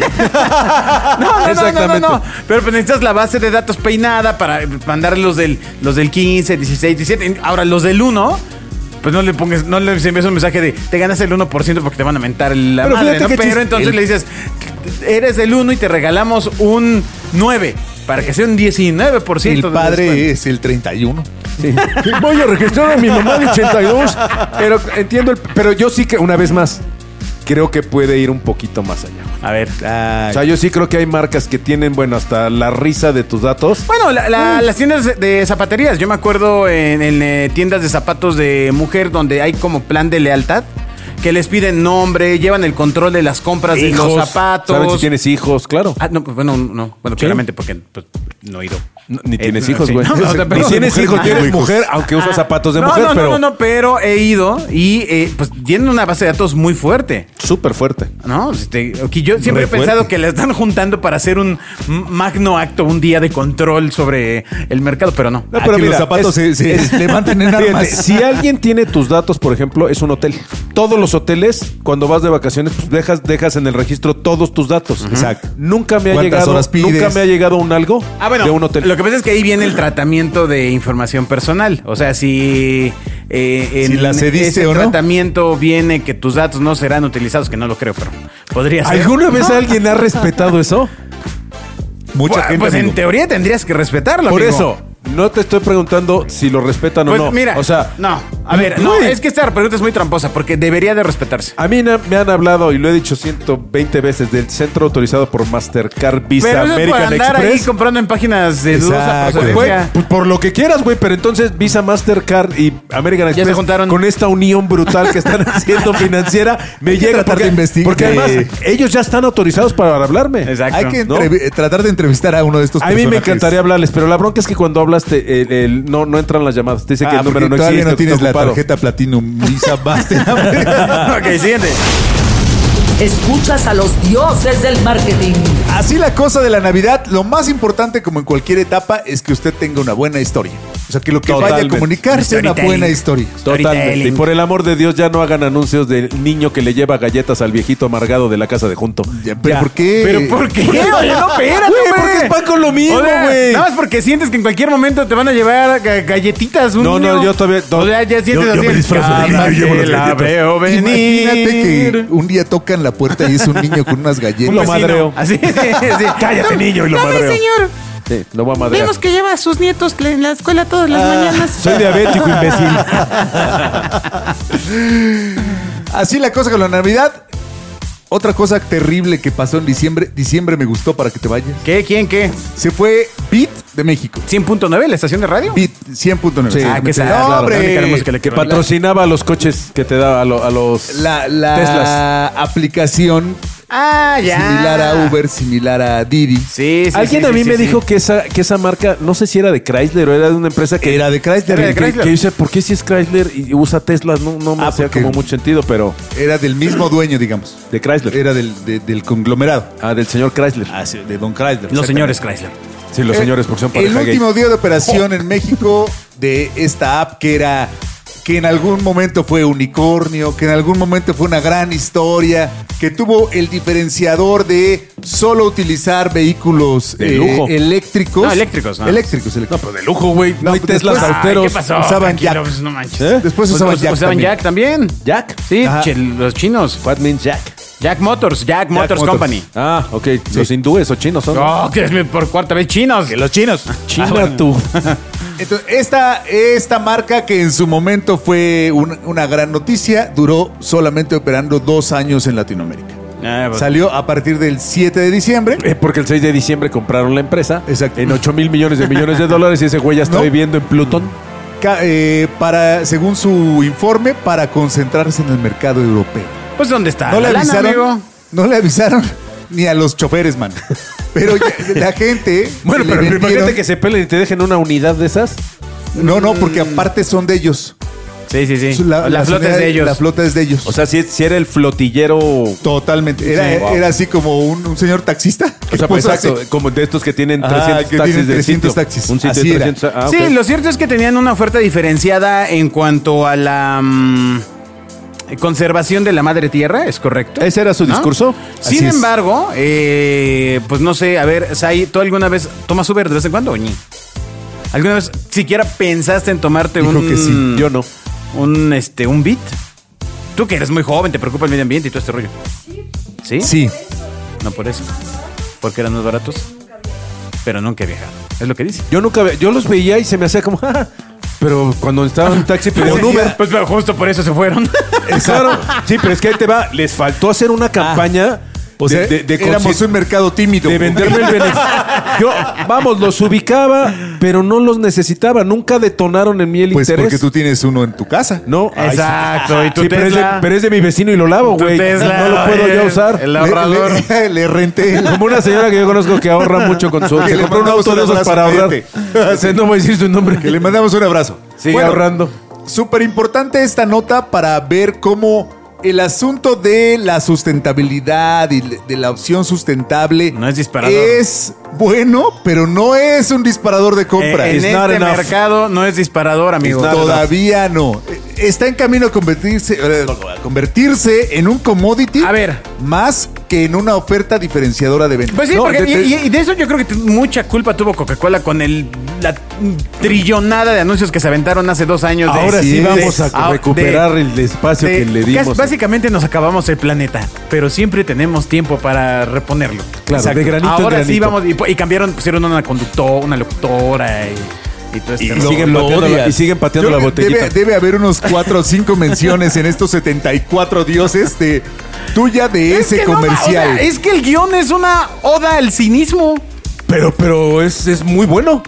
No. Pero pues necesitas la base de datos peinada para mandar los del 15, 16, 17. Ahora, los del 1, pues no le envíes un mensaje de te ganas el 1% porque te van a mentar la Pero madre, fíjate ¿no? qué Pero entonces le dices, eres del 1 y te regalamos un 9 para que sea un 19%. El de padre descuento. es el 31. Sí. Voy a registrar a mi mamá de 82. Pero entiendo, pero yo sí que, una vez más, creo que puede ir un poquito más allá. A ver. O sea, yo sí creo que hay marcas que tienen, bueno, hasta la risa de tus datos. Bueno, las tiendas de zapaterías. Yo me acuerdo en tiendas de zapatos de mujer donde hay como plan de lealtad. Que les piden nombre, llevan el control de las compras de los zapatos. ¿Saben si tienes hijos? Claro. No, pues bueno, no. Bueno, claramente porque pues, no he ido. Ni tienes hijos, sí. güey. No, o sea, Ni pero- tienes mujer, hijos, no tienes tengo hijos. mujer, aunque usa zapatos de mujer, pero pero he ido y pues tienen una base de datos muy fuerte. súper fuerte. ¿No? Yo siempre he pensado que la están juntando para hacer un magno acto, un día de control sobre el mercado, pero no. No, Pero los zapatos se levantan en Fíjate, armas. si alguien tiene tus datos, por ejemplo, es un hotel. Todos los hoteles, cuando vas de vacaciones, pues dejas en el registro todos tus datos. Exacto. Nunca me ha ¿Cuántas horas pides? llegado un algo Bueno, de un hotel. lo que pasa es que ahí viene el tratamiento de información personal. O sea, si en la cediste ese o no. tratamiento viene que tus datos no serán utilizados, que no lo creo, pero podría ser. ¿Alguna vez alguien ha respetado eso? Mucha gente. Pues en amigo. teoría tendrías que respetarlo, Por amigo. eso, no te estoy preguntando si lo respetan Pues o no. mira, o sea, no, a ver, no, güey, es que esta pregunta es muy tramposa porque debería de respetarse. a mí me han hablado, y lo he dicho 120 veces, del centro autorizado por Mastercard, Visa, Pero eso es por American andar ahí Express. comprando en páginas de dudosa Exacto. Güey, procedencia. pues por lo que quieras, güey, pero entonces Visa, Mastercard y American Ya se Express juntaron. con esta unión brutal que están haciendo financiera, me Hay que llega tratar porque, de investigar. porque además ellos ya están autorizados para hablarme. Exacto. Hay que ¿no? tratar de entrevistar a uno de estos A mí me personajes. encantaría hablarles, pero la bronca es que cuando hablas no entran las llamadas. Te dice que el número no todavía existe. no tienes está la ocupado. tarjeta Platinum Visa Master. Ok, siguiente. Escuchas a los dioses del marketing. Así la cosa de la Navidad, lo más importante como en cualquier etapa es que usted tenga una buena historia. O sea, que lo que vaya a Totalmente. comunicar sea una Storytelling. buena historia. Totalmente. Y Storytelling. por el amor de Dios, ya no hagan anuncios del niño que le lleva galletas al viejito amargado de la casa de junto. ¿Pero Ya. por qué? ¿Pero por qué? Oye, no, espérate, Güey, güey. porque es pan con lo mismo, O sea, güey. Nada más porque sientes que en cualquier momento te van a llevar galletitas. No, yo todavía- O sea, ya sientes Yo así. me disfrazo de niño y llevo las la galletas. veo venir. Imagínate que un día tocan la puerta y es un niño con unas galletas. Lo madreo. Así, sí. Cállate, niño, y lo Dame, madreo. señor. Sí, lo voy a madrear. Vemos que lleva a sus nietos en la escuela todas las mañanas. Soy diabético, imbécil. Así la cosa con la Navidad. Otra cosa terrible que pasó en diciembre me gustó para que te vayas. ¿Qué? ¿Quién? ¿Qué? Se fue Beat de México. 100.9, la estación de radio. Beat 100.9. Sí. Ah, qué sad, No, claro, hombre. la única música Que patrocinaba a los coches que te daba a los La Teslas. aplicación Ah, ya. similar a Uber, similar a Didi. Sí, sí. Alguien sí, a mí sí, me sí. dijo que esa marca, no sé si era de Chrysler o era de una empresa que Era de Chrysler. Era de Chrysler. que dice, ¿por qué si es Chrysler y usa Tesla? No me hacía porque- como mucho sentido, pero Era del mismo dueño, digamos. de Chrysler. Era del conglomerado. Del señor Chrysler. Ah, sí, de Don Chrysler. Los señores Chrysler. Sí, los señores, porque son El pareja gay. último día de operación en México de esta app que en algún momento fue unicornio, que en algún momento fue una gran historia, que tuvo el diferenciador de solo utilizar vehículos De lujo. eléctricos. No, eléctricos, no. Eléctricos. No, pero de lujo, güey. No, No, hay pues Teslas después- austeros. ¿Qué pasó? Usaban Tranquilo, Jack. pues, no manches. ¿Eh? Después usaban Jack Usaban también. Jack también. ¿Jack? Sí, Ajá. los chinos. What means Jack? Jack Motors Motors. Company. Ah, ok. Los hindúes o chinos son. Oh, que es por cuarta vez chinos. Los chinos. China tú. Entonces, esta marca que en su momento fue una gran noticia, duró solamente operando 2 años en Latinoamérica. Salió a partir del 7 de diciembre. Porque el 6 de diciembre compraron la empresa Exacto. en 8 mil millones de dólares y ese güey ya está No. viviendo en Plutón. Según su informe, para concentrarse en el mercado europeo. Pues ¿dónde está? No le la lana, avisaron, amigo? no le avisaron ni a los choferes, man. Pero la gente. Bueno, le pero vendieron- imagínate que se peleen y te dejen una unidad de esas. No, porque aparte son de ellos. Sí, sí, sí. La flota es de ellos. La flota es de ellos. O sea, si era el flotillero. Totalmente. Era, Sí, wow. era así como un señor taxista. O sea, pues, exacto, como de estos que tienen 300 que taxis tienen de 300 sitio. taxis. Un sitio Así de era. 300. Ah, Sí, ok. lo cierto es que tenían una oferta diferenciada en cuanto a la conservación de la madre tierra, ¿es correcto? Ese era su ¿No? discurso. Así Sin es. embargo, pues no sé, a ver, Sai, ¿tú alguna vez tomas Uber de vez en cuando o ni? ¿Alguna vez siquiera pensaste en tomarte Dijo que sí. Yo no. un Bit? Tú que eres muy joven, te preocupa el medio ambiente y todo este rollo. ¿Sí? Sí. No por eso. Porque eran más baratos. Pero nunca he viajado. Es lo que dice. Yo nunca yo los veía y se me hacía como, "Ja", pero cuando estaba en un taxi pedía un Uber. Pues pero justo por eso se fueron. Claro. Sí, pero es que ahí te va. Les faltó hacer una campaña. O sea, éramos un mercado tímido. de venderme el beneficio. Yo, vamos, los ubicaba, pero no los necesitaba. Nunca detonaron en mí el Pues interés. porque tú tienes uno en tu casa. No, ay, Exacto, y tu sí, Tesla. pero es de mi vecino y lo lavo, Tu güey. Tesla, No lo puedo ya usar. El ahorrador. Le renté. Como una señora que yo conozco que ahorra mucho con su. Que Se le compró un mandamos auto de un esos abrazo, para ahorrar. fíjate. Ese no voy a decir su nombre. Que le mandamos un abrazo. Sigue Bueno, ahorrando. súper importante esta nota para ver cómo el asunto de la sustentabilidad y de la opción sustentable No es disparador. es bueno, pero no es un disparador de compra. En It's not este enough. mercado no es disparador, amigo. It's not Todavía no. Está en camino a convertirse en un commodity A ver. más que en una oferta diferenciadora de venta. Pues sí, No, porque, de- y de eso yo creo que mucha culpa tuvo Coca-Cola con la trillonada de anuncios que se aventaron hace 2 años. Ahora sí sí, vamos a recuperar el espacio que le dimos. Básicamente nos acabamos el planeta, pero siempre tenemos tiempo para reponerlo. Claro, de granito en Ahora sí granito. vamos, y cambiaron, pusieron una conductora, una locutora y todo este Y rollo. siguen pateando la- y siguen pateando Yo la creo que botellita. Debe haber unos 4 o 5 menciones en estos 74 dioses de tuya de Es ese que no, comercial. o sea, es que el guión es una oda al cinismo. Pero es muy bueno.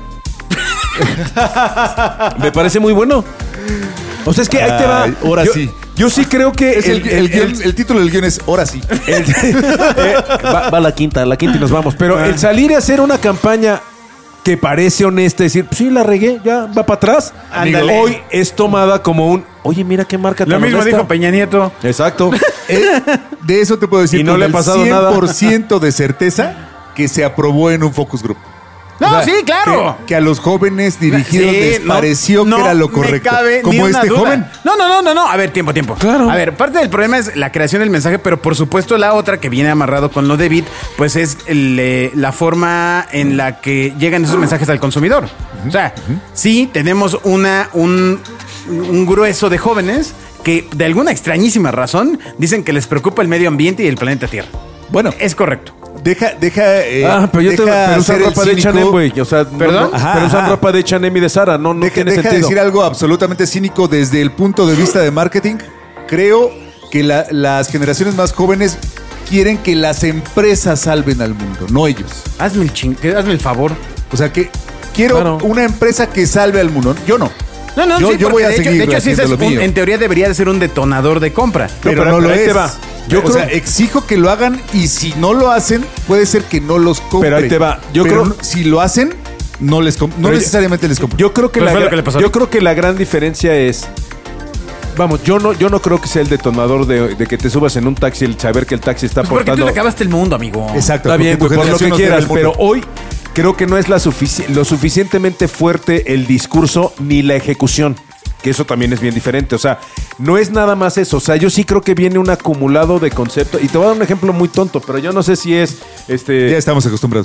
Me parece muy bueno. O sea, es que ahí te va. Ay, ahora Yo- sí. Yo sí creo que Es el título del guión es Ahora sí. va la quinta y nos vamos. Pero el salir y hacer una campaña que parece honesta, decir, sí, la regué, ya va para atrás. Ándale. Hoy es tomada como un, oye, mira qué marca Lo tan mismo honesta. dijo Peña Nieto. Exacto. De eso te puedo decir Y no con le ha el pasado nada. 100% de certeza que se aprobó en un focus group. No, sí, claro. Que a los jóvenes dirigidos Sí, les no, pareció no que era lo me correcto. cabe ni Como una este duda. joven. No. A ver, tiempo. Claro. A ver, parte del problema es la creación del mensaje, pero por supuesto la otra que viene amarrado con lo de Bit, pues es la forma en la que llegan esos mensajes al consumidor. O sea, sí tenemos un grueso de jóvenes que de alguna extrañísima razón dicen que les preocupa el medio ambiente y el planeta Tierra. Bueno, Es correcto. deja pero usan ser el ropa de cínico. H&M, güey. O sea, ¿Perdón? pero usan ropa de H&M y de Zara. No tiene Deja sentido. decir algo absolutamente cínico desde el punto de vista de marketing. Creo que las generaciones más jóvenes quieren que las empresas salven al mundo, no ellos. Hazme el favor. O sea que quiero Claro. una empresa que salve al mundo. Yo no. No, Yo- sí, yo voy porque a de hecho, seguir de hecho, sí, haciendo lo mío. en teoría debería de ser un detonador de compra. Pero pero no lo ahí te es. va. Yo O creo- sea, exijo que lo hagan y si no lo hacen, puede ser que no los compre. Pero ahí te va. Yo Pero creo- si lo hacen, no Pero necesariamente les compro. Yo creo que Pues fue lo que le pasó a yo Rick. creo que la gran diferencia es. Vamos, yo no creo que sea el detonador de que te subas en un taxi el saber que el taxi está Pues porque tú portando. le acabaste el mundo, amigo. Exacto. Está bien, porque güey, tu por lo generación que nos quieras, debe el mundo. pero hoy creo que no es lo suficientemente fuerte el discurso ni la ejecución. Que eso también es bien diferente. O sea, no es nada más eso. O sea, yo sí creo que viene un acumulado de conceptos. Y te voy a dar un ejemplo muy tonto, pero yo no sé si es Ya estamos acostumbrados.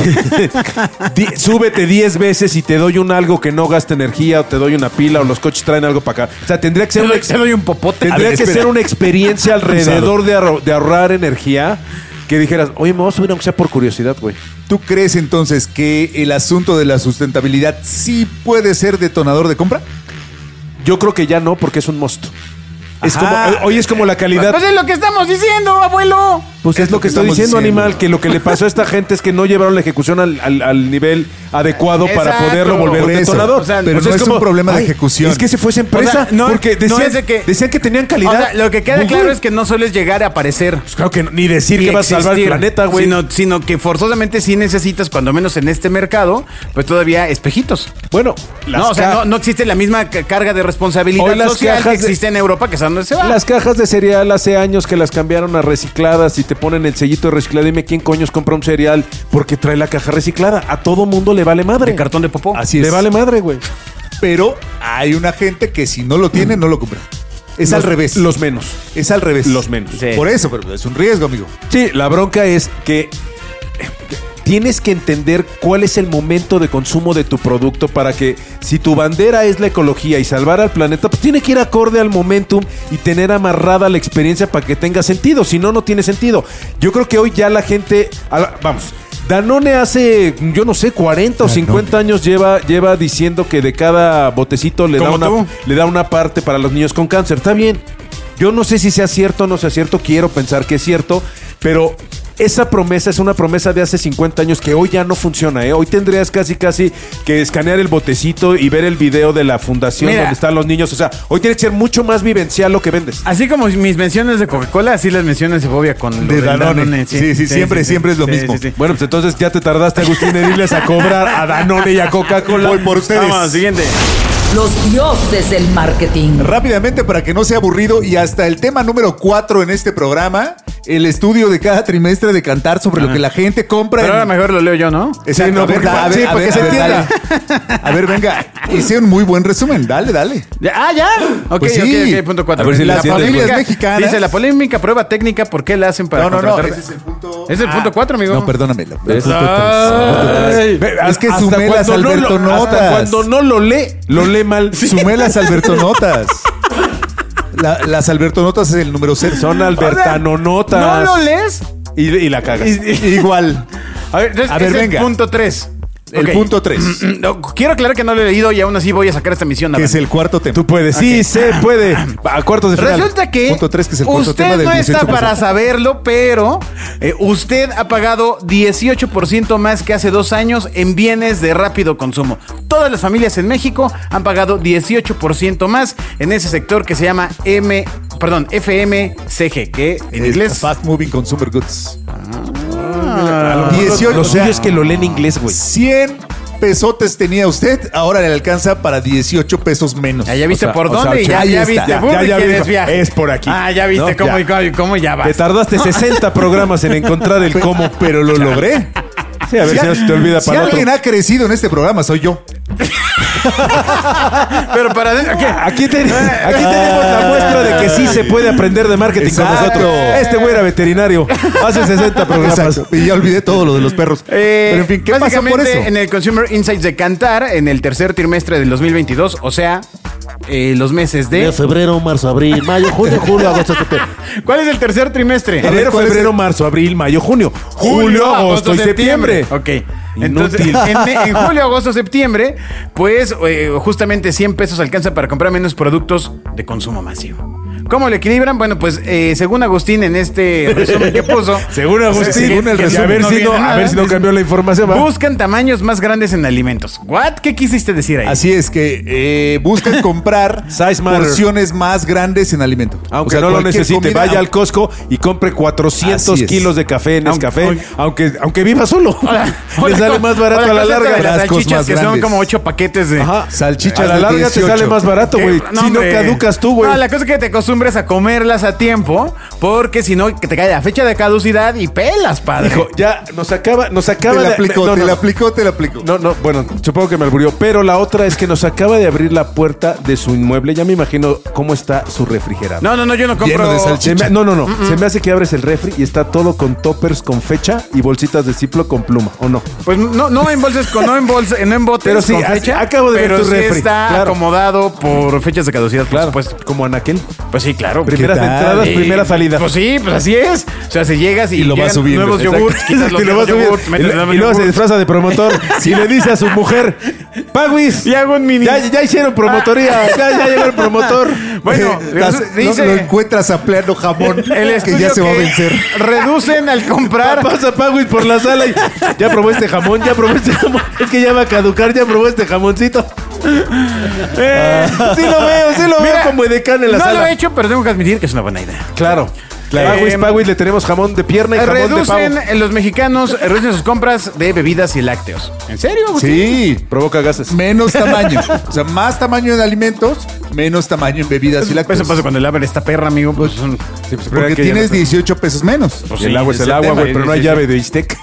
súbete 10 veces y te doy un algo que no gasta energía, o te doy una pila, o los coches traen algo para acá. O sea, tendría que ser Te doy un popote. tendría A ver, que espera. ser una experiencia alrededor de ahorrar energía. Que dijeras, oye, me voy a subir aunque sea por curiosidad, güey. ¿Tú crees entonces que el asunto de la sustentabilidad sí puede ser detonador de compra? Yo creo que ya no, porque es un must. Es Ajá. como, hoy es como la calidad. Pues es lo que estamos diciendo, abuelo. Pues es lo que estoy estamos diciendo, diciendo. animal, que lo que le pasó a esta gente es que no llevaron la ejecución al nivel adecuado para Exacto. poderlo volver Por un eso. detonador. O sea, pero pues no es un problema de ejecución. Es que se fuese empresa, O sea, no- porque no decían, es de que- decían que tenían O calidad. sea, lo que queda Google. claro es que no sueles llegar a aparecer. Pues claro que no, ni decir y que vas a salvar el existir, planeta, güey. Sino que forzosamente sí necesitas, cuando menos en este mercado, pues todavía espejitos. Bueno, No, o sea, no existe la misma carga de responsabilidad Hoy las social que cajas de- existe en Europa, que es a donde se va. las cajas de cereal hace años que las cambiaron a recicladas y te ponen el sellito de reciclado. Dime quién coños compra un cereal porque trae la caja reciclada. A todo mundo le vale madre. De cartón de popó. Así Le es. vale madre, güey. Pero hay una gente que si no lo tiene, no lo compra. Es al revés. Los menos. Es al revés. Los menos. Sí. Por eso, pero es un riesgo, amigo. Sí, la bronca es que tienes que entender cuál es el momento de consumo de tu producto para que si tu bandera es la ecología y salvar al planeta, pues tiene que ir acorde al momentum y tener amarrada la experiencia para que tenga sentido. Si no, no tiene sentido. Yo creo que hoy ya la gente... Vamos... Danone hace, yo no sé, 40 o 50 años lleva diciendo que de cada botecito le Como tú. da una parte para los niños con cáncer. Está bien. Yo no sé si sea cierto o no sea cierto. Quiero pensar que es cierto. Pero esa promesa es una promesa de hace 50 años que hoy ya no funciona, ¿eh? Hoy tendrías casi que escanear el botecito y ver el video de la fundación Mira. donde están los niños. O sea, hoy tiene que ser mucho más vivencial lo que vendes. Así como mis menciones de Coca-Cola, así las menciones de Bobia con lo De del Danone. Sí, siempre es lo mismo. Bueno, pues entonces ya te tardaste, Agustín, en irles a cobrar a Danone y a Coca-Cola. Voy por ustedes. Vamos, siguiente. Los dioses del marketing. Rápidamente, para que no sea aburrido, y hasta el tema número 4 en este programa, el estudio de cada trimestre de Cantar sobre lo que la gente compra. Pero ahora mejor lo leo yo, ¿no? Exacto. Sí, no, A ver, porque- a ver, sí, a para ver, que se a ver, entienda. dale. A ver, venga. Hice un muy buen resumen. Dale. ¿Ya? Ok, Pues sí. ok, punto 4. A ver si las la familias mexicanas. Dice, la polémica prueba técnica, ¿por qué la hacen para No, contratar? ese es el punto. Es el punto 4, amigo. No, perdónamelo. El ¿Ves? punto Ay. tres. Ve, Es que hasta sumé las cuando no lo- Albertonotas. hasta cuando no lo lee mal. Sumé las Albertonotas. Las Albertonotas es el número 0. Son albertanonotas. ¿No lo lees? Y la cagas. Igual. A ver, entonces, A ver, es venga. el punto 3. El punto 3, No, quiero aclarar que no lo he leído y aún así voy a sacar esta misión. que es el cuarto tema. Tú puedes. Sí, se puede. A cuartos de final. Resulta que Punto 3, que es el cuarto usted tema del no está 18%. para saberlo, pero usted ha pagado 18% más que hace 2 años en bienes de rápido consumo. Todas las familias en México han pagado 18% más en ese sector que se llama FMCG, que en inglés... Fast Moving Consumer Goods. A lo mejor 18, Lo o sea, suyo es que lo lee en inglés, güey. 100 pesotes tenía usted, ahora le alcanza para 18 pesos menos. Ya viste O sea, por o sea, dónde y ya, ahí ya está. viste. Ya, Burri, ya ¿quieres vi- viaje? es por aquí. Ah, ya viste ¿No? cómo ya Te vas. tardaste 60 programas en encontrar el cómo. Pero lo logré. Sí, a ver si no se te olvida Si para otro. alguien ha crecido en este programa, soy yo. Pero para... ¿qué? Aquí tenemos la muestra de que sí se puede aprender de marketing Exacto. con nosotros. Este güey era veterinario. Hace 60 programas. Exacto. Y ya olvidé todo lo de los perros. Pero en fin, ¿qué pasó por básicamente, eso? en el Consumer Insights de Kantar, en el tercer trimestre del 2022, o sea, los meses de... febrero, marzo, abril, mayo, junio, julio, agosto, septiembre. ¿Cuál es el tercer trimestre? Enero, ¿cuál es febrero, marzo, abril, mayo, junio. Julio, agosto y septiembre. Ok. Entonces, Inútil. en julio, agosto, septiembre, pues justamente 100 pesos alcanza para comprar menos productos de consumo masivo. ¿Cómo lo equilibran? Bueno, pues según Agustín en este resumen que puso. Según Agustín, según el resumen, a ver si no dice, cambió la información. ¿va? Buscan tamaños más grandes en alimentos. ¿What? ¿Qué quisiste decir ahí? Así es que buscan comprar Size matter. porciones más grandes en alimento. Aunque O sea, no lo cualquier necesite, comida, vaya al Costco y compre 400 Así es. kilos de café en Nescafé, Aunque- aunque viva solo. Le sale más barato a la larga. De las Frascos salchichas más que son grandes. como 8 paquetes de... Ajá. Salchichas a la de larga 18. te sale más barato, güey. No, Si no hombre. caducas tú, güey. No, la cosa es que te acostumbres a comerlas a tiempo, porque si no, que te cae la fecha de caducidad y pelas, padre. Hijo, ya nos acaba Te la de... aplicó, no, te no. la aplicó, te la aplicó. No, bueno, supongo que me alburió. Pero la otra es que nos acaba de abrir la puerta de su inmueble. Ya me imagino cómo está su refrigerador. No, yo no compro... Lleno de salchicha. Se me hace que abres el refri y está todo con toppers con fecha y bolsitas de Ziploc con pluma, ¿o no? Pues no en bolsas, no en botes Pero sí, con fecha. acabo de ver pero tu sí refri, está claro. acomodado por fechas de caducidad, por supuesto. Como Anaquel. Pues sí, claro. Primeras tal? entradas, Sí, primera salida. Pues sí, pues así es. O sea, si llegas y lo vas llegan subiendo. nuevos Exacto. yogurts, quitas los Y lo vas viejos subiendo. yogurts, metes nuevos Y luego se yogurts. disfraza de promotor y le dice a su mujer, Pagwis, Y hago un mini... ya hicieron promotoría, ya llegó el promotor. Bueno, dice... lo encuentras ampliando jamón El que estudio ya se va a vencer. reducen al comprar... Pasa Pagwis por la sala y ya probó este jamón, es que ya va a caducar, ya probó este jamoncito. Sí lo veo Mira, como edecán en la no sala. lo he hecho, pero tengo que admitir que es una buena idea. Claro. Pagwis le tenemos jamón de pierna y jamón de Reducen, pavo. los mexicanos reducen sus compras de bebidas y lácteos. ¿En serio, Agustín? Sí, Provoca gases. menos tamaño. O sea, más tamaño en alimentos, menos tamaño en bebidas y lácteos. Eso pasa cuando le abren esta perra, amigo. Pues son... Porque tienes 18 pesos menos. Pues Y el sí, agua es el el agua, tema, güey, pero no hay sí. llave de Istec.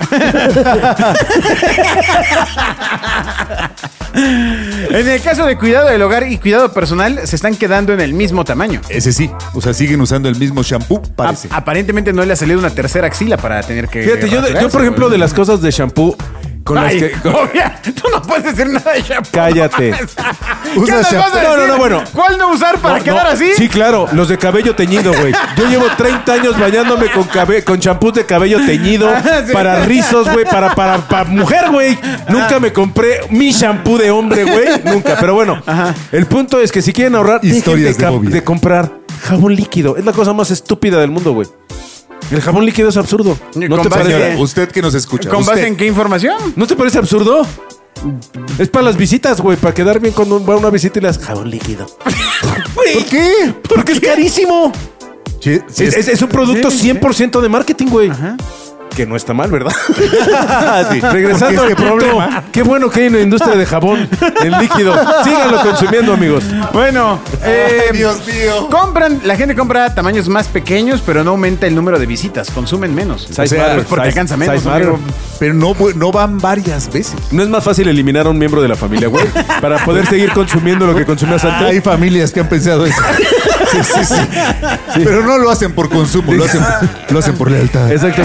En el caso de cuidado del hogar y cuidado personal, se están quedando en el mismo tamaño. Ese sí. O sea, siguen usando el mismo shampoo, parece. Aparentemente no le ha salido una tercera axila para tener que... Fíjate, yo rasurarse, por ejemplo, güey. de las cosas de shampoo con Ay, las que... obvia, tú no puedes decir nada de shampoo. Cállate. ¿Qué Usa andas shampoo. vas a No, decir? bueno. ¿Cuál no usar para quedar así? Sí, claro, los de cabello teñido, güey. Yo llevo 30 años bañándome con champús de cabello teñido, Sí. para rizos, güey, para mujer, güey. Nunca me compré mi shampoo de hombre, güey. Nunca. Pero bueno, el punto es que si quieren ahorrar, Historias dejen de Bobby. de comprar jabón líquido. Es la cosa más estúpida del mundo, güey. El jabón líquido es absurdo. ¿No Con te base- parece? Señora, usted que nos escucha. ¿Con usted, base en qué información? ¿No te parece absurdo? Es para las visitas, güey, para quedar bien cuando va a una visita y le das jabón líquido. ¿Por qué? Porque es carísimo. Sí, sí, Es un producto 100% de marketing, güey. Que no está mal, ¿verdad? Regresando Porque al es que problema. Qué bueno que hay una industria de jabón en líquido. Síganlo consumiendo, amigos. Bueno, Ay, Dios mío. la gente compra tamaños más pequeños, pero no aumenta el número de visitas, consumen menos. Size O sea, matter, pues porque size- alcanza menos. size ¿no? matter. Digo, Pero no van varias veces. ¿No es más fácil eliminar a un miembro de la familia, güey? Para poder seguir consumiendo lo que consumías antes. Hay familias que han pensado eso. Sí. Pero no lo hacen por consumo, lo hacen por lealtad. Exacto.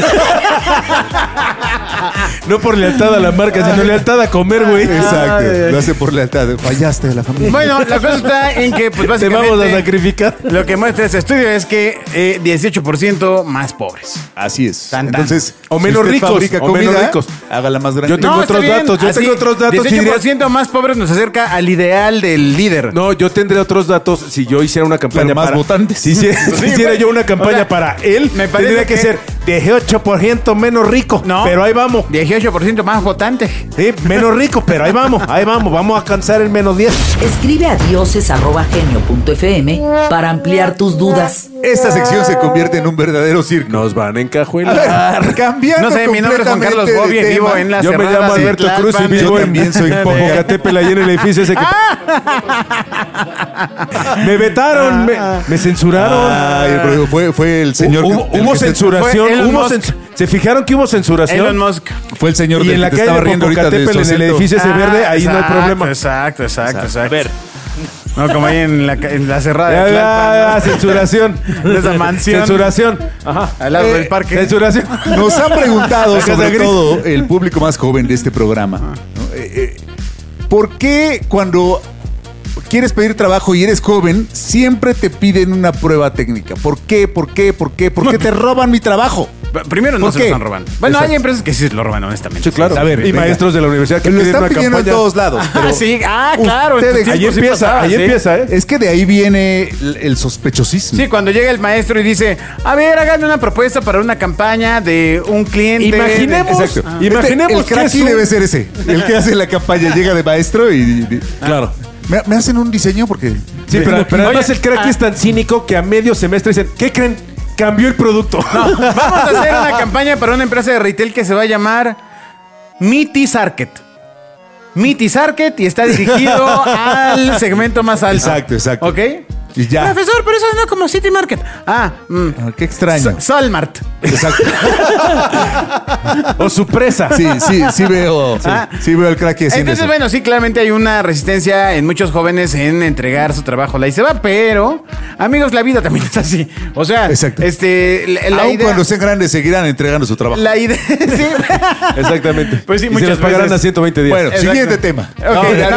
No por lealtad a la marca, sino lealtad a comer, güey. Exacto. Lo hacen por lealtad. Fallaste a la familia. Bueno, la cosa está en que, pues Te básicamente, vamos a sacrificar. lo que muestra este estudio es que 18% más pobres. Así es. Tan, tan. Entonces, O si menos usted ricos, fabrica o menos comida, ricos. hágala más grande. Yo tengo está otros bien. datos, yo tengo otros datos. 18% más pobres nos acerca al ideal del líder. No, yo tendré otros datos si yo hiciera una campaña Pero más para... votantes. Si hiciera güey. yo una campaña O sea, para él, me parece tendría que que- ser 18% menos rico. No. Pero ahí vamos. 18% más votantes. Sí, menos rico, pero ahí vamos. Vamos a alcanzar el menos 10. Escribe a dioses@genio.fm para ampliar tus dudas. Esta sección se convierte en un verdadero circo. Nos van a A encajuelar. ver, cambiando No sé, mi nombre es Juan Carlos completamente Bobby, de vivo tema. en la Yo me Cerrada llamo de Alberto Cruz y Tlalpan. vivo Yo en también soy Popocatépetl, ahí en el edificio ese que... Me vetaron, me censuraron. Ay, pero fue el señor. Hubo censuración. Fue Elon hubo Musk. ¿Se fijaron que hubo censuración? Elon Musk. Fue el señor Y del en la que te calle estaba de riendo ahorita de Popocatépetl, en el Socelto. edificio ese verde, ahí no hay problema. Exacto. A ver. No, como ahí en la cerrada de Ya, Tlalpan, ¿no? censuración. De esa mansión. Censuración. Ajá. Al lado del parque. Censuración. Nos han preguntado, La Casa sobre Gris. todo el público más joven de este programa, ¿no? ¿Por qué cuando quieres pedir trabajo y eres joven, siempre te piden una prueba técnica? ¿Por qué te roban mi trabajo? Primero no ¿Por se qué? lo están robando. Bueno, Exacto. hay empresas que sí lo roban, honestamente. Sí, claro. A ver, y venga. maestros de la universidad que Lo piden están una pidiendo en campaña. todos lados. pero Sí, claro. ustedes- en tus Ahí tiempos sí empieza, pasaba, ahí sí. empieza, ¿eh? Es que de ahí viene el sospechosismo. Sí, cuando llega el maestro y dice, a ver, háganme una propuesta para una campaña de un cliente. Imaginemos, Exacto. imaginemos el que cracky es un- debe ser ese. El que hace la campaña llega de maestro y Claro. ¿Me hacen un diseño? Porque... Sí, pero además Oye, el crack es tan cínico que a medio semestre dicen, ¿qué creen? Cambió el producto. Vamos a hacer una campaña para una empresa de retail que se va a llamar Meaty Sarket. Meaty Sarket y está dirigido al segmento más alto. Exacto. ¿Ok? Y ya. Profesor, pero eso no como City Market. Ah, qué extraño. Salmart. Exacto. O su presa. Sí veo. Ah. Sí veo el crack haciendo Entonces, eso. bueno, sí, claramente hay una resistencia en muchos jóvenes en entregar su trabajo. La y se va, pero, amigos, la vida también es así. O sea, Exacto. la Aún idea. cuando sean grandes seguirán entregando su trabajo. La idea. Sí. Exactamente. Pues sí, y se muchas les pagarán veces. a 120 días. Bueno, Exacto. siguiente tema. Ok,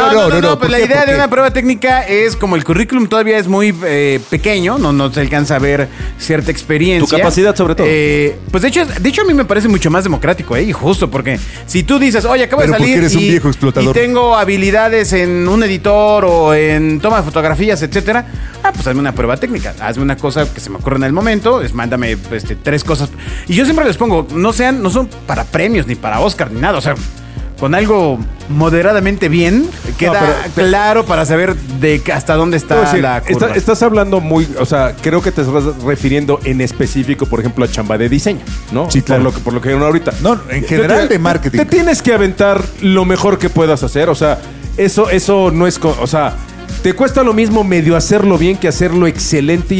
no, pues ¿por la qué? idea ¿Por de qué? una prueba técnica es como el currículum todavía es muy pequeño, no se alcanza a ver cierta experiencia. Tu capacidad, sobre todo. Pues de hecho a mí me parece mucho más democrático, y justo porque si tú dices, oye, acabo de Pero porque salir eres un viejo explotador. y tengo habilidades en un editor o en toma de fotografías, etcétera, pues hazme una prueba técnica, hazme una cosa que se me ocurra en el momento, mándame 3 cosas. Y yo siempre les pongo, no son para premios ni para Oscar ni nada, o sea, con algo moderadamente bien, queda claro para saber de hasta dónde Te voy a está decir, la curva. estás hablando muy, o sea, creo que te estás refiriendo en específico, por ejemplo, a chamba de diseño, ¿no? Sí, claro. Por lo que vieron ahorita. No, en general de marketing. Te tienes que aventar lo mejor que puedas hacer, o sea, eso no es, o sea, te cuesta lo mismo medio hacerlo bien que hacerlo excelente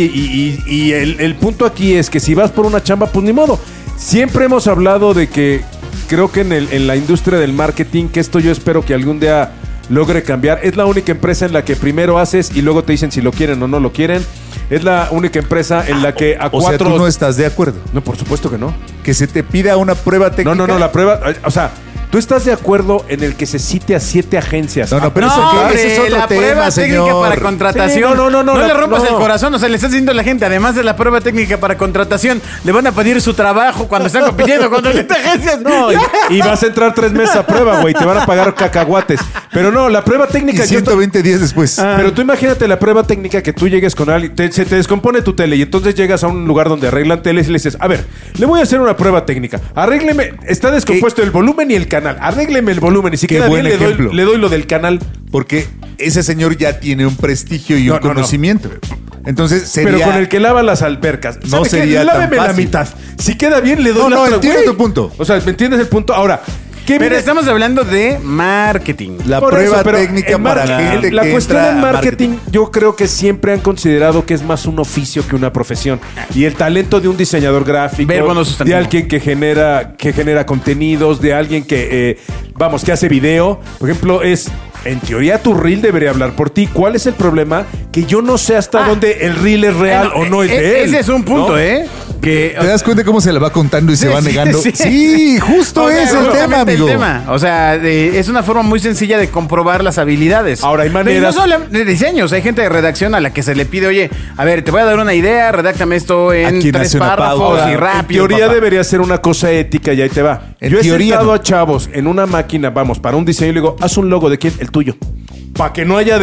y el punto aquí es que si vas por una chamba, pues ni modo. Siempre hemos hablado de que creo que en la industria del marketing, que esto yo espero que algún día logre cambiar. Es la única empresa en la que primero haces y luego te dicen si lo quieren o no lo quieren. Es la única empresa en la que a O sea, cuatro... tú no estás de acuerdo. No, por supuesto que no. Que se te pida una prueba técnica. No, la prueba... O sea, ¿tú estás de acuerdo en el que se cite a 7 agencias? No, pero No, eso, hombre, ese es otro la tema, prueba señor. técnica para contratación. Sí, no, le rompas no. el corazón. O sea, le estás diciendo a la gente, además de la prueba técnica para contratación, le van a pedir su trabajo cuando están compitiendo contra 7 agencias. No, y vas a entrar 3 meses a prueba, güey. Te van a pagar cacahuates. Pero no, la prueba Y técnica... 120 días después. Pero tú imagínate la prueba técnica que tú llegues con alguien, se te descompone tu tele y entonces llegas a un lugar donde arreglan teles y le dices, a ver, le voy a hacer una prueba técnica. Arrégleme, está descompuesto el volumen y el canal. Arrégleme el volumen y si Qué queda buen bien ejemplo. le doy lo del canal. Porque ese señor ya tiene un prestigio y un No. conocimiento. Entonces sería... Pero con el que lava las albercas. No ¿Sabe qué? sería tan Láveme la fácil. mitad. Si queda bien, le doy No, la otra. entiendo güey. tu punto. O sea, ¿me entiendes el punto? Ahora, ¿qué Pero viene? estamos hablando de marketing. La Por prueba eso, pero técnica en para gente la que cuestión entra en a marketing, yo creo que siempre han considerado que es más un oficio que una profesión. Y el talento de un diseñador gráfico, Verbo no de sustantivo. alguien que genera contenidos, de alguien que, que hace video. Por ejemplo, en teoría tu reel debería hablar por ti. ¿Cuál es el problema? Que yo no sé hasta dónde el reel es real o no es de él. Ese es un punto, ¿no? Que, ¿Te das cuenta cómo se la va contando y se va negando? Sí, justo O sea, es el justamente tema, amigo. O sea, es una forma muy sencilla de comprobar las habilidades. Ahora, hay maneras- Y no solo de diseños, hay gente de redacción a la que se le pide, oye, a ver, te voy a dar una idea, redáctame esto en Aquí 3 nace una párrafos pauta. y En rápido. teoría papá. debería ser una cosa ética y ahí te va. En Yo he teoría sentado no. a chavos en una máquina, para un diseño y le digo, haz un logo de quién, el tuyo. Para que no haya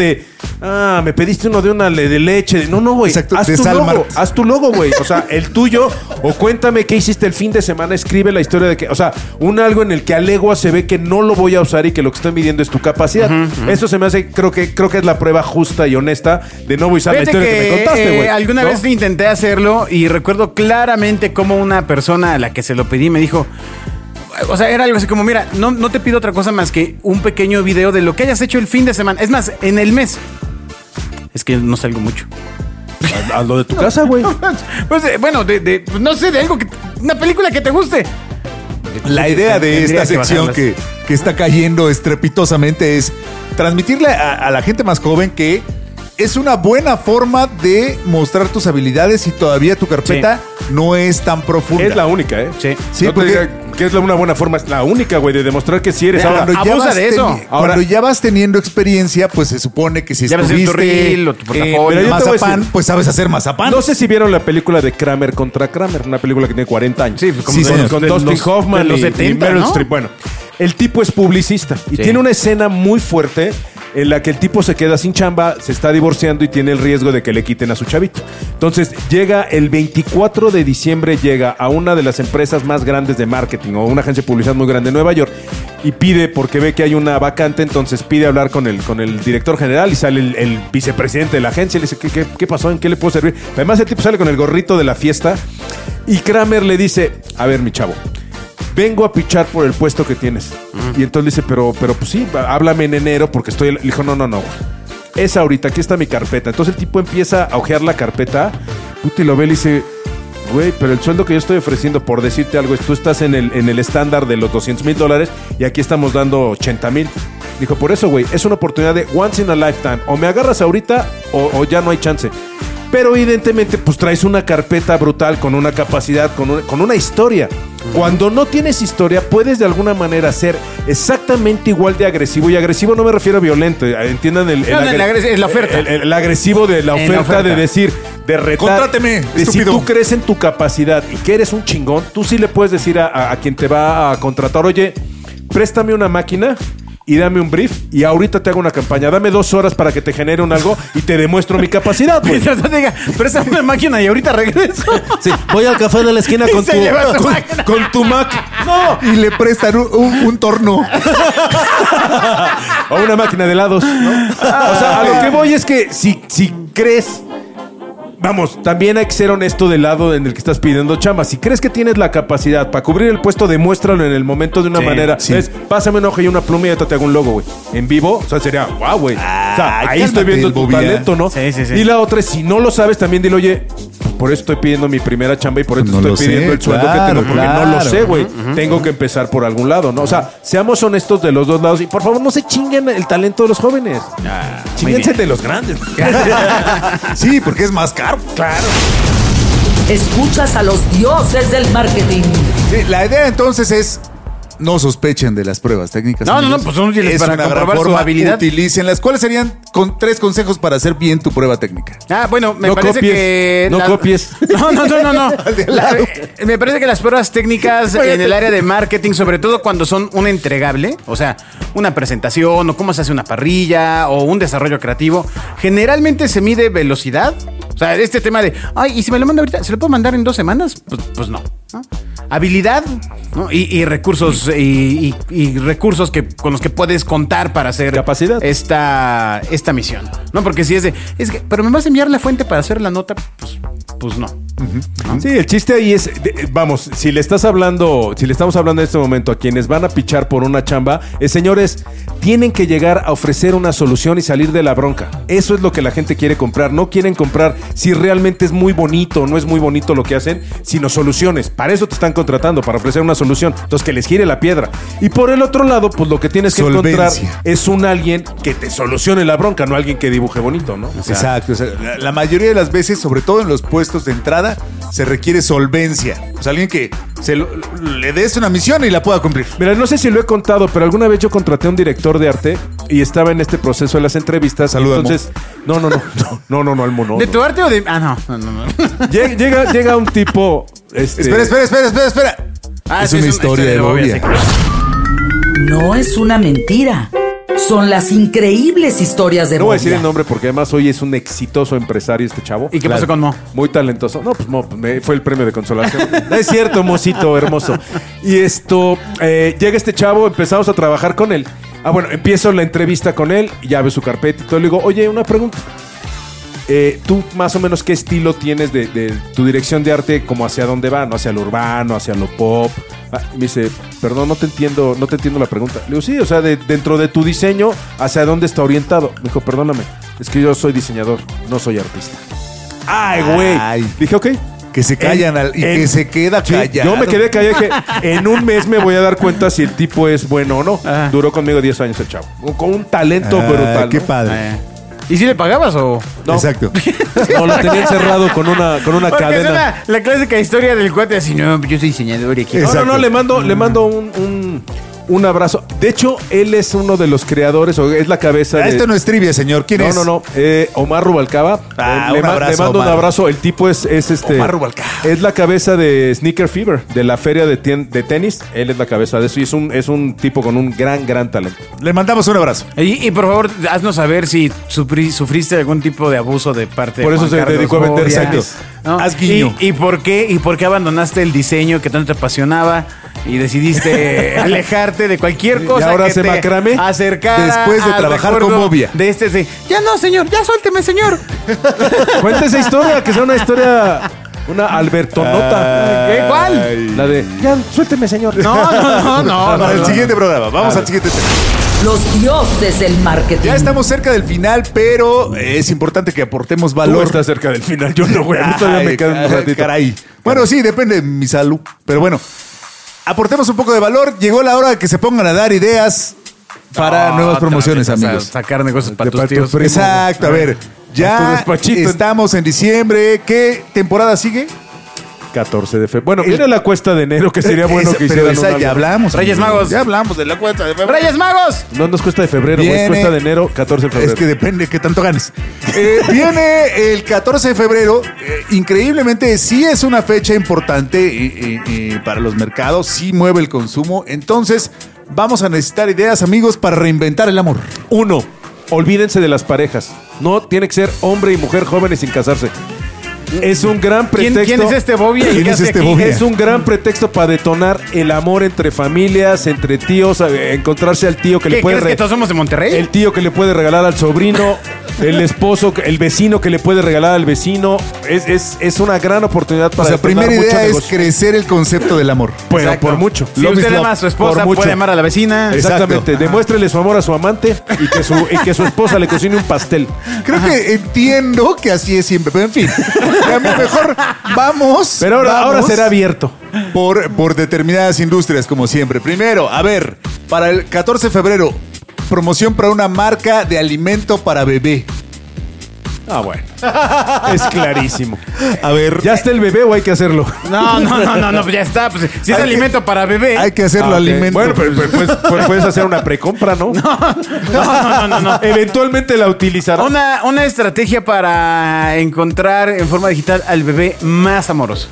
me pediste uno de una de leche. No, güey. Exacto, Haz de tu logo. Salmart. Haz tu logo, güey. O sea, el tuyo. O cuéntame qué hiciste el fin de semana. Escribe la historia de que. O sea, algo en el que a legua se ve que no lo voy a usar y que lo que estoy midiendo es tu capacidad. Eso se me hace, creo que es la prueba justa y honesta de no voy a usar la Fíjate historia que me contaste, güey. alguna ¿no? vez intenté hacerlo y recuerdo claramente cómo una persona a la que se lo pedí me dijo, o sea, era algo así como, mira, no te pido otra cosa más que un pequeño video de lo que hayas hecho el fin de semana. Es más, en el mes. Es que no salgo mucho. Haz lo de tu casa, güey. Pues bueno, no sé, de algo una película que te guste. La idea de Tendría esta que sección bajarlas. que está cayendo estrepitosamente es transmitirle a la gente más joven que es una buena forma de mostrar tus habilidades y todavía tu carpeta no es tan profunda. Es la única, ¿eh? Sí. Sí, no te porque- diga que es una buena forma. Es la única, güey, de demostrar que sí eres. Ya, Ahora, Cuando ya abusa vas de eso. cuando ya vas teniendo experiencia, pues se supone que si Ya vas a hacer tu estuviste reel o tu portafolio. Mira, yo te voy a mazapán, decir- pues sabes hacer mazapán. no sé si vieron la película de Kramer contra Kramer, una película que tiene 40 años. Sí, como Sí, de- señor. con de Dustin los- Hoffman de los y 70, Meryl ¿no? Streep. Bueno, el tipo es publicista y Sí. tiene una escena muy fuerte en la que el tipo se queda sin chamba, se está divorciando y tiene el riesgo de que le quiten a su chavito. Entonces llega el 24 de diciembre, llega a una de las empresas más grandes de marketing o una agencia de publicidad muy grande de Nueva York y pide, porque ve que hay una vacante, entonces pide hablar con el director general y sale el vicepresidente de la agencia y le dice, ¿qué pasó? ¿En qué le puedo servir? Además el tipo sale con el gorrito de la fiesta y Kramer le dice, a ver mi chavo, vengo a pichar por el puesto que tienes. Y entonces dice, pero pues sí, háblame en enero porque estoy... Le dijo, no, güey. Es ahorita, aquí está mi carpeta. Entonces el tipo empieza a ojear la carpeta, puta, y lo ve y le dice, güey, pero el sueldo que yo estoy ofreciendo, por decirte algo, es tú estás en el estándar de los $200,000 y aquí estamos dando 80,000. Dijo, por eso, güey, es una oportunidad de once in a lifetime. O me agarras ahorita o ya no hay chance. Pero evidentemente, pues traes una carpeta brutal con una capacidad, con una historia. Cuando no tienes historia, puedes de alguna manera ser exactamente igual de agresivo. Y agresivo no me refiero a violento. Entiendan es la oferta. El agresivo de la En la oferta, oferta. de decir, de retar. Contráteme, de si estúpido. tú crees en tu capacidad y que eres un chingón, tú sí le puedes decir a quien te va a contratar, oye, préstame una máquina y dame un brief y ahorita te hago una campaña. Dame 2 horas para que te genere un algo y te demuestro mi capacidad, güey. Mientras te diga, préstame una máquina y ahorita regreso. Sí, voy al café de la esquina con se tu... lleva tu máquina. Con tu Mac. No. Y le prestan un torno. O una máquina de helados, ¿no? O sea, a lo que voy es que si crees... Vamos, también hay que ser honesto del lado en el que estás pidiendo chamba. Si crees que tienes la capacidad para cubrir el puesto, demuéstralo en el momento de una manera. sí. Es, pásame una hoja y una pluma y yo te hago un logo, güey. En vivo, o sea, sería, wow, güey. O sea, Ay, ahí estoy cálmate, viendo tu Bobia. talento, ¿no? Sí. Y la otra es, si no lo sabes, también dile, oye, por eso estoy pidiendo mi primera chamba y por eso No lo estoy pidiendo sé, el sueldo que claro, tengo, porque no lo claro. sé, güey. Tengo que empezar por algún lado, ¿no? O sea, seamos honestos de los dos lados y por favor no se chinguen el talento de los jóvenes. Chinguense de los grandes. Sí, porque es más caro. Claro. Escuchas a los dioses del marketing. Sí, la idea entonces es no sospechen de las pruebas técnicas. No, amigos. pues son útiles Es para una gran comprobar su forma, habilidad. Utilícenlas. ¿Cuáles serían 3 consejos para hacer bien tu prueba técnica? Bueno, me No parece copies, que... no copies. No. Al de al lado. Me parece que las pruebas técnicas en el área de marketing, sobre todo cuando son un entregable, o sea, una presentación o cómo se hace una parrilla o un desarrollo creativo, generalmente se mide velocidad. O sea, este tema de, ay, ¿y si me lo manda ahorita? ¿Se lo puedo mandar en 2 semanas? Pues no. ¿No? Habilidad, ¿no? y recursos y recursos con los que puedes contar para hacer Capacidad. esta misión, ¿no? Porque si es que, pero me vas a enviar la fuente para hacer la nota, pues no. Sí, el chiste ahí es, vamos, si le estamos hablando en este momento a quienes van a pichar por una chamba, señores, tienen que llegar a ofrecer una solución y salir de la bronca. Eso es lo que la gente quiere comprar. No quieren comprar si realmente es muy bonito o no es muy bonito lo que hacen, sino soluciones. Para eso te están contratando, para ofrecer una solución. Entonces, que les gire la piedra. Y por el otro lado, pues lo que tienes que encontrar Solvencia. es un alguien que te solucione la bronca, no alguien que dibuje bonito, ¿no? O sea, Exacto. O sea, la mayoría de las veces, sobre todo en los puestos de entrada, se requiere solvencia. O sea, alguien que le des una misión y la pueda cumplir. mira, no sé si lo he contado, pero alguna vez yo contraté a un director de arte y estaba en este proceso de las entrevistas. Saluda, Entonces, no, Almo, no. ¿De tu arte o de...? Ah, no. Llega un tipo. Espera. Es sí, una historia de Bobia. sí, claro. No es una mentira. Son las increíbles historias de No voy a decir Bobia. el nombre porque además hoy es un exitoso empresario este chavo. ¿Y qué pasó con Mo? Muy talentoso. No, pues Mo, fue el premio de consolación. No es cierto, Mocito, hermoso. Y llega este chavo, empezamos a trabajar con él. Bueno, empiezo la entrevista con él, ya veo su carpeta y todo. Le digo, oye, una pregunta. ¿Tú más o menos qué estilo tienes de tu dirección de arte, como hacia dónde va? ¿No? ¿Hacia lo urbano, hacia lo pop? Y me dice, perdón, no te entiendo la pregunta. Le digo, sí, o sea, dentro de tu diseño, ¿hacia dónde está orientado? Me dijo, perdóname, es que yo soy diseñador, no soy artista. ¡Ay, güey! Ay. Dije, ok. Que se callan que se queda Sí, callado. yo me quedé callado y dije, en un mes me voy a dar cuenta si el tipo es bueno o no. Ah. Duró conmigo 10 años el chavo. Con un talento brutal. Qué ¿no? padre. ¿Y si le pagabas o...? No. Exacto. No, lo tenía encerrado con una Porque cadena. es la clásica historia del cuate así, no, yo soy diseñador y aquí. No, le mando un abrazo. De hecho, él es uno de los creadores, o es la cabeza de... Esto no es trivia, señor. ¿Quién es? No. Omar Rubalcaba. Un le abrazo, mando Omar. un abrazo. El tipo es Omar Rubalcaba. Es la cabeza de Sneaker Fever, de la feria de tenis. Él es la cabeza de eso y es un tipo con un gran talento. Le mandamos un abrazo. Y por favor, haznos saber si sufriste algún tipo de abuso de parte Por de eso Juan se Carlos dedicó a vender Bobia, sacos. ¿no? Haz guiño. ¿Y por qué abandonaste el diseño que tanto te apasionaba y decidiste alejarte de cualquier cosa ahora que se te macramé? acercara Después de al trabajar recuerdo con Bobia. de ya no, señor, ya suélteme, señor. Cuenta esa historia, que sea una historia, una Albertonota. ¿Qué? ¿Cuál? La de, ya, suélteme, señor. No. Para el siguiente programa. Vamos al siguiente tema. Los dioses del marketing. Ya estamos cerca del final, pero es importante que aportemos Tú valor. estás cerca del final, yo no, güey. A mí todavía me queda un ratito. Caray. Bueno, sí, depende de mi salud. Pero bueno, aportemos un poco de valor. Llegó la hora de que se pongan a dar ideas para nuevas promociones, amigos. Sacar negocios para tus Para tíos. tus primos. Exacto, a ver. Tu Ya despachito. estamos en diciembre. ¿Qué temporada sigue? 14 de febrero. Bueno, viene la cuesta de enero, que sería bueno que pero hicieran esa un ya algo. hablamos. Reyes amigos. Magos. Ya hablamos de la cuesta de febrero. ¡Reyes Magos! No nos cuesta de febrero, güey, es Viene- cuesta de enero, 14 de febrero. Es que depende qué tanto ganes. Viene el 14 de febrero. Increíblemente, sí es una fecha importante para los mercados. Sí mueve el consumo. Entonces, vamos a necesitar ideas, amigos, para reinventar el amor. 1. Olvídense de las parejas. No tiene que ser hombre y mujer jóvenes sin casarse. Es un gran pretexto. ¿Quién es este Bobia? ¿Y ¿Quién qué es hace este aquí? Bobia? Es un gran pretexto para detonar el amor entre familias, entre tíos, encontrarse al tío que le ¿Qué, puede crees que todos somos de Monterrey? el tío que le puede regalar al sobrino, el esposo, el vecino que le puede regalar al vecino. Es una gran oportunidad para O sea, detonar primera mucho idea es negocio. crecer el concepto del amor. Pero Exacto. por mucho. Si Love usted is love. ama a su esposa, Por mucho. puede amar a la vecina. Exactamente. Exacto. Demuéstrele su amor a su amante y que su esposa le cocine un pastel. Creo que entiendo que así es siempre, pero en fin. A mí mejor vamos. Pero ahora vamos será abierto. por determinadas industrias, como siempre. Primero, a ver, para el 14 de febrero, promoción para una marca de alimento para bebé. Ah, bueno. Es clarísimo. A ver, ¿Ya está el bebé o hay que hacerlo? No, pues ya está. Pues, si es Hay alimento para bebé. hay que hacerlo Ah, ok. alimento. Bueno, pues puedes hacer una precompra, ¿no? No. Eventualmente la utilizarás. Una estrategia para encontrar en forma digital al bebé más amoroso.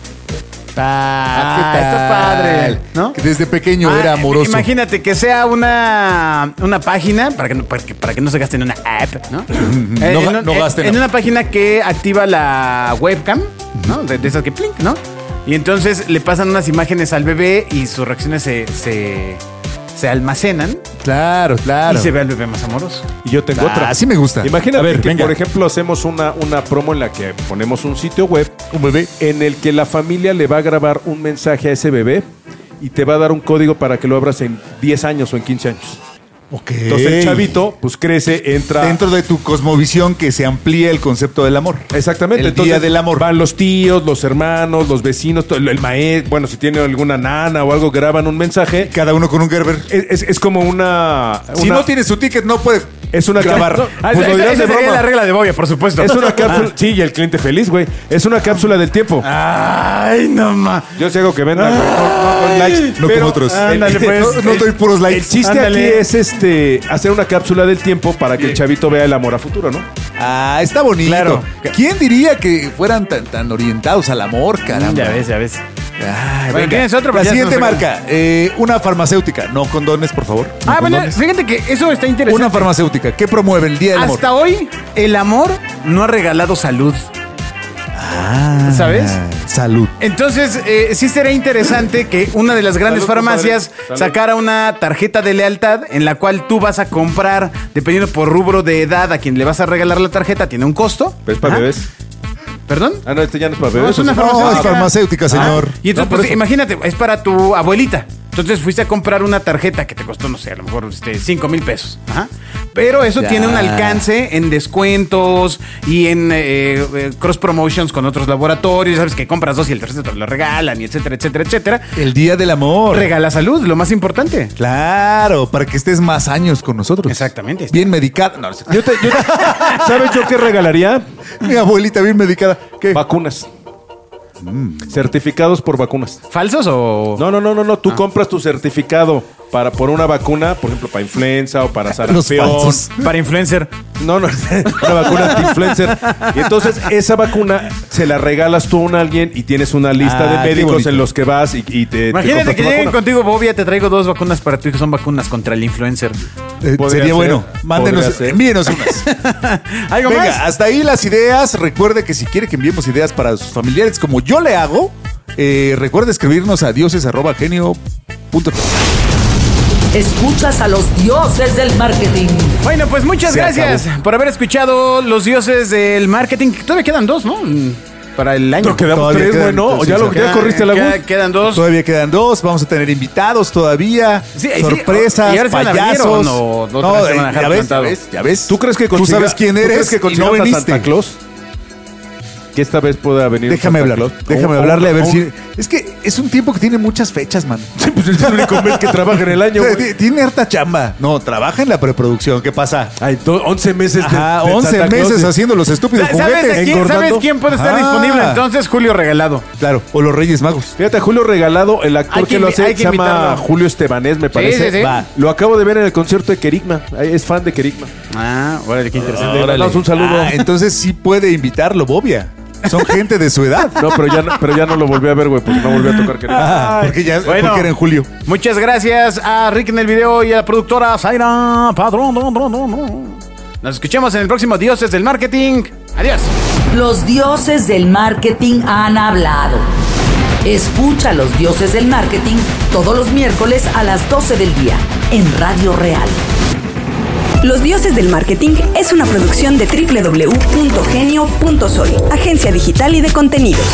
Está padre, ¿no? Que desde pequeño era amoroso. Imagínate que sea una página, para que no se gaste en una app, ¿no? No gasten. En una página que activa la webcam, ¿no? De esas que plink, ¿no? Y entonces le pasan unas imágenes al bebé y sus reacciones se almacenan Claro, claro. y se ve al bebé más amoroso. Y yo tengo otra. Así me gusta. Imagínate A ver, que, venga. por ejemplo, hacemos una promo en la que ponemos un sitio web Un bebé. en el que la familia le va a grabar un mensaje a ese bebé y te va a dar un código para que lo abras en 10 años o en 15 años. Ok. Entonces el chavito, pues crece, entra... Dentro de tu cosmovisión que se amplía el concepto del amor. Exactamente. El día del amor. Van los tíos, los hermanos, los vecinos, el maestro, bueno, si tiene alguna nana o algo, graban un mensaje. Cada uno con un Gerber. Es como una... Si no tiene su ticket, no puede Es una grabar. No, Ah, pues lo dirás esa de sería broma. la regla de Bobia, por supuesto. Es una cápsula... Sí, y el cliente feliz, güey. Es una cápsula del tiempo. Ay, no ma. Yo sé algo que venda, güey. No con likes. No pero como otros. Ándale, pues. No doy puros likes. El chiste Ándale. aquí es hacer una cápsula del tiempo para que el chavito vea el amor a futuro, ¿no? Ah, está bonito. Claro. ¿Quién diría que fueran tan orientados al amor, caramba? Ya ves. Ay, Bueno, venga. ¿tienes otro? La Pues ya siguiente se nos marca, una farmacéutica. No condones, por favor. No Bueno, condones. fíjate que eso está interesante. Una farmacéutica. ¿Qué promueve el Día del Amor? Hasta hoy, el amor no ha regalado salud. ¿Sabes? Salud. Entonces, sí sería interesante que una de las grandes Salud, farmacias compadre. Salud. sacara una tarjeta de lealtad en la cual tú vas a comprar, dependiendo por rubro de edad a quien le vas a regalar la tarjeta, tiene un costo. ¿Ves para Ajá. bebés? ¿Perdón? Ah, no, este ya no es para No, bebés. es una o sea, No, es farmacéutica. farmacéutica, señor. Y entonces, No, por pues, eso. imagínate, es para tu abuelita. Entonces fuiste a comprar una tarjeta que te costó, no sé, a lo mejor 5,000 pesos. Ajá. Pero eso Ya. tiene un alcance en descuentos y en cross promotions con otros laboratorios. Sabes que compras 2 y el tercero te lo regalan, y etcétera, etcétera, etcétera. El Día del Amor. Regala salud, lo más importante. Claro, para que estés más años con nosotros. Exactamente. Bien medicada. No, ¿Sabes yo qué regalaría? mi abuelita bien medicada. ¿Qué? Vacunas. Certificados por vacunas. ¿Falsos o...? No. Tú compras tu certificado por una vacuna, por ejemplo, para influenza o para Los sarampión. falsos. Para influencer. No, una vacuna anti-influencer. Y entonces esa vacuna se la regalas tú a alguien y tienes una lista de qué médicos bonito. en los que vas y te Imagínate compras que tu lleguen vacuna. contigo, Bobia, te traigo 2 vacunas para ti que son vacunas contra el influencer. Podría Sería ser, bueno. Mándenos, podría ser. envíenos unas. ¿Algo Venga, más? hasta ahí las ideas. Recuerde que si quiere que enviemos ideas para sus familiares, como yo le hago, recuerde escribirnos a dioses@genio.com. Escuchas a los dioses del marketing. Bueno, pues muchas Se gracias por haber escuchado Los Dioses del Marketing. Todavía quedan 2, ¿no? Para el año. Nos quedamos Todavía 3, quedan, bueno. sí, Ya, sí, ya corriste la voz. Quedan 2. Todavía quedan 2. Vamos a tener invitados todavía. Sí, sí. sorpresas, ¿Y ahora se van a venir payasos. o no? Otra vez se van a dejar ya plantado. ves, ya ves. ¿Tú crees que Tú consiga- sabes quién ¿tú eres crees que y no consigas a viniste? Santa Claus? Que esta vez pueda venir Déjame Santa hablar. Claus. Déjame hablarle a ver si. Es que es un tiempo que tiene muchas fechas, man. Sí, pues es el único mes que trabaja en el año, güey. Tiene harta chamba. No, trabaja en la preproducción. ¿Qué pasa? Hay 11 meses Ajá, de 11 Santa Claus. meses haciendo los estúpidos ¿Sabes, juguetes. de quién, engordando. ¿Sabes quién puede estar Ah. disponible entonces? Julio Regalado. Claro, o los Reyes Magos. Fíjate, Julio Regalado, el actor Hay que que lo hay hace, que se llama invitarlo. Julio Estebanés, me parece. sí, sí. Va. Lo acabo de ver en el concierto de Kerigma. Es fan de Kerigma. Ah, órale, qué interesante. Le mandamos un saludo. Ah, entonces sí puede invitarlo, Bobia. Son gente de su edad. No, pero ya no lo volví a ver, güey, porque no volví a tocar Kerigma. Porque ya Bueno. porque era en julio. Muchas gracias a Rick en el video y a la productora Zaira Padrón. Nos escuchamos en el próximo Dioses del Marketing. Adiós. Los dioses del marketing han hablado. Escucha a los dioses del marketing todos los miércoles a las 12 del día en Radio Real. Los Dioses del Marketing es una producción de www.genio.soy, agencia digital y de contenidos.